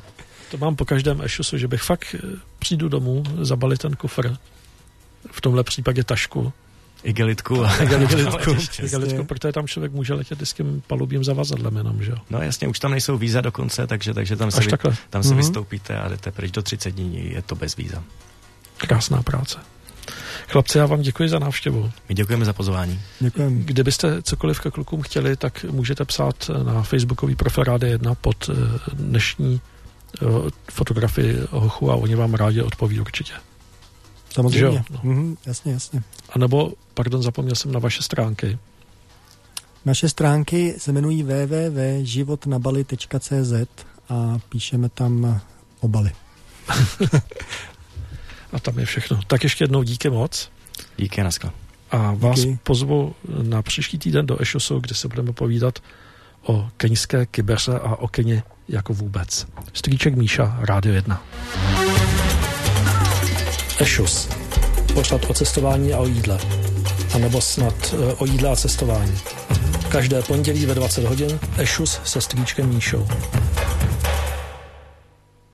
To mám po každém ešusu, že bych fakt přijdu domů, zabalit ten kufr, v tomhle případě tašku. Igelitku, protože tam člověk může letět s tím palubím zavazadlem jenom, že jo? No jasně, už tam nejsou víza dokonce, takže tam se vystoupíte a jdete pryč do 30 dní, je to bez víza. Krásná práce. Chlapci, já vám děkuji za návštěvu. My děkujeme za pozvání. Děkujeme. Kdybyste cokoliv ke klukům chtěli, tak můžete psát na facebookový profil Rádia 1 pod dnešní fotografii hochu a oni vám rádi odpoví určitě. Samozřejmě. No. Jasně. A nebo, zapomněl jsem na vaše stránky. Naše stránky se jmenují www.životnabali.cz a píšeme tam o Bali. A tam je všechno. Tak ještě jednou díky moc. Díky, naschle. A vás pozvu na příští týden do Ešusu, kde se budeme povídat o keňské kybeře a o Keni jako vůbec. Strýček Míša, Rádio 1. Ešus. Pořad o cestování a o jídle. A nebo snad o jídle a cestování. Každé pondělí ve 20 hodin Ešus se Strýčkem Míšou.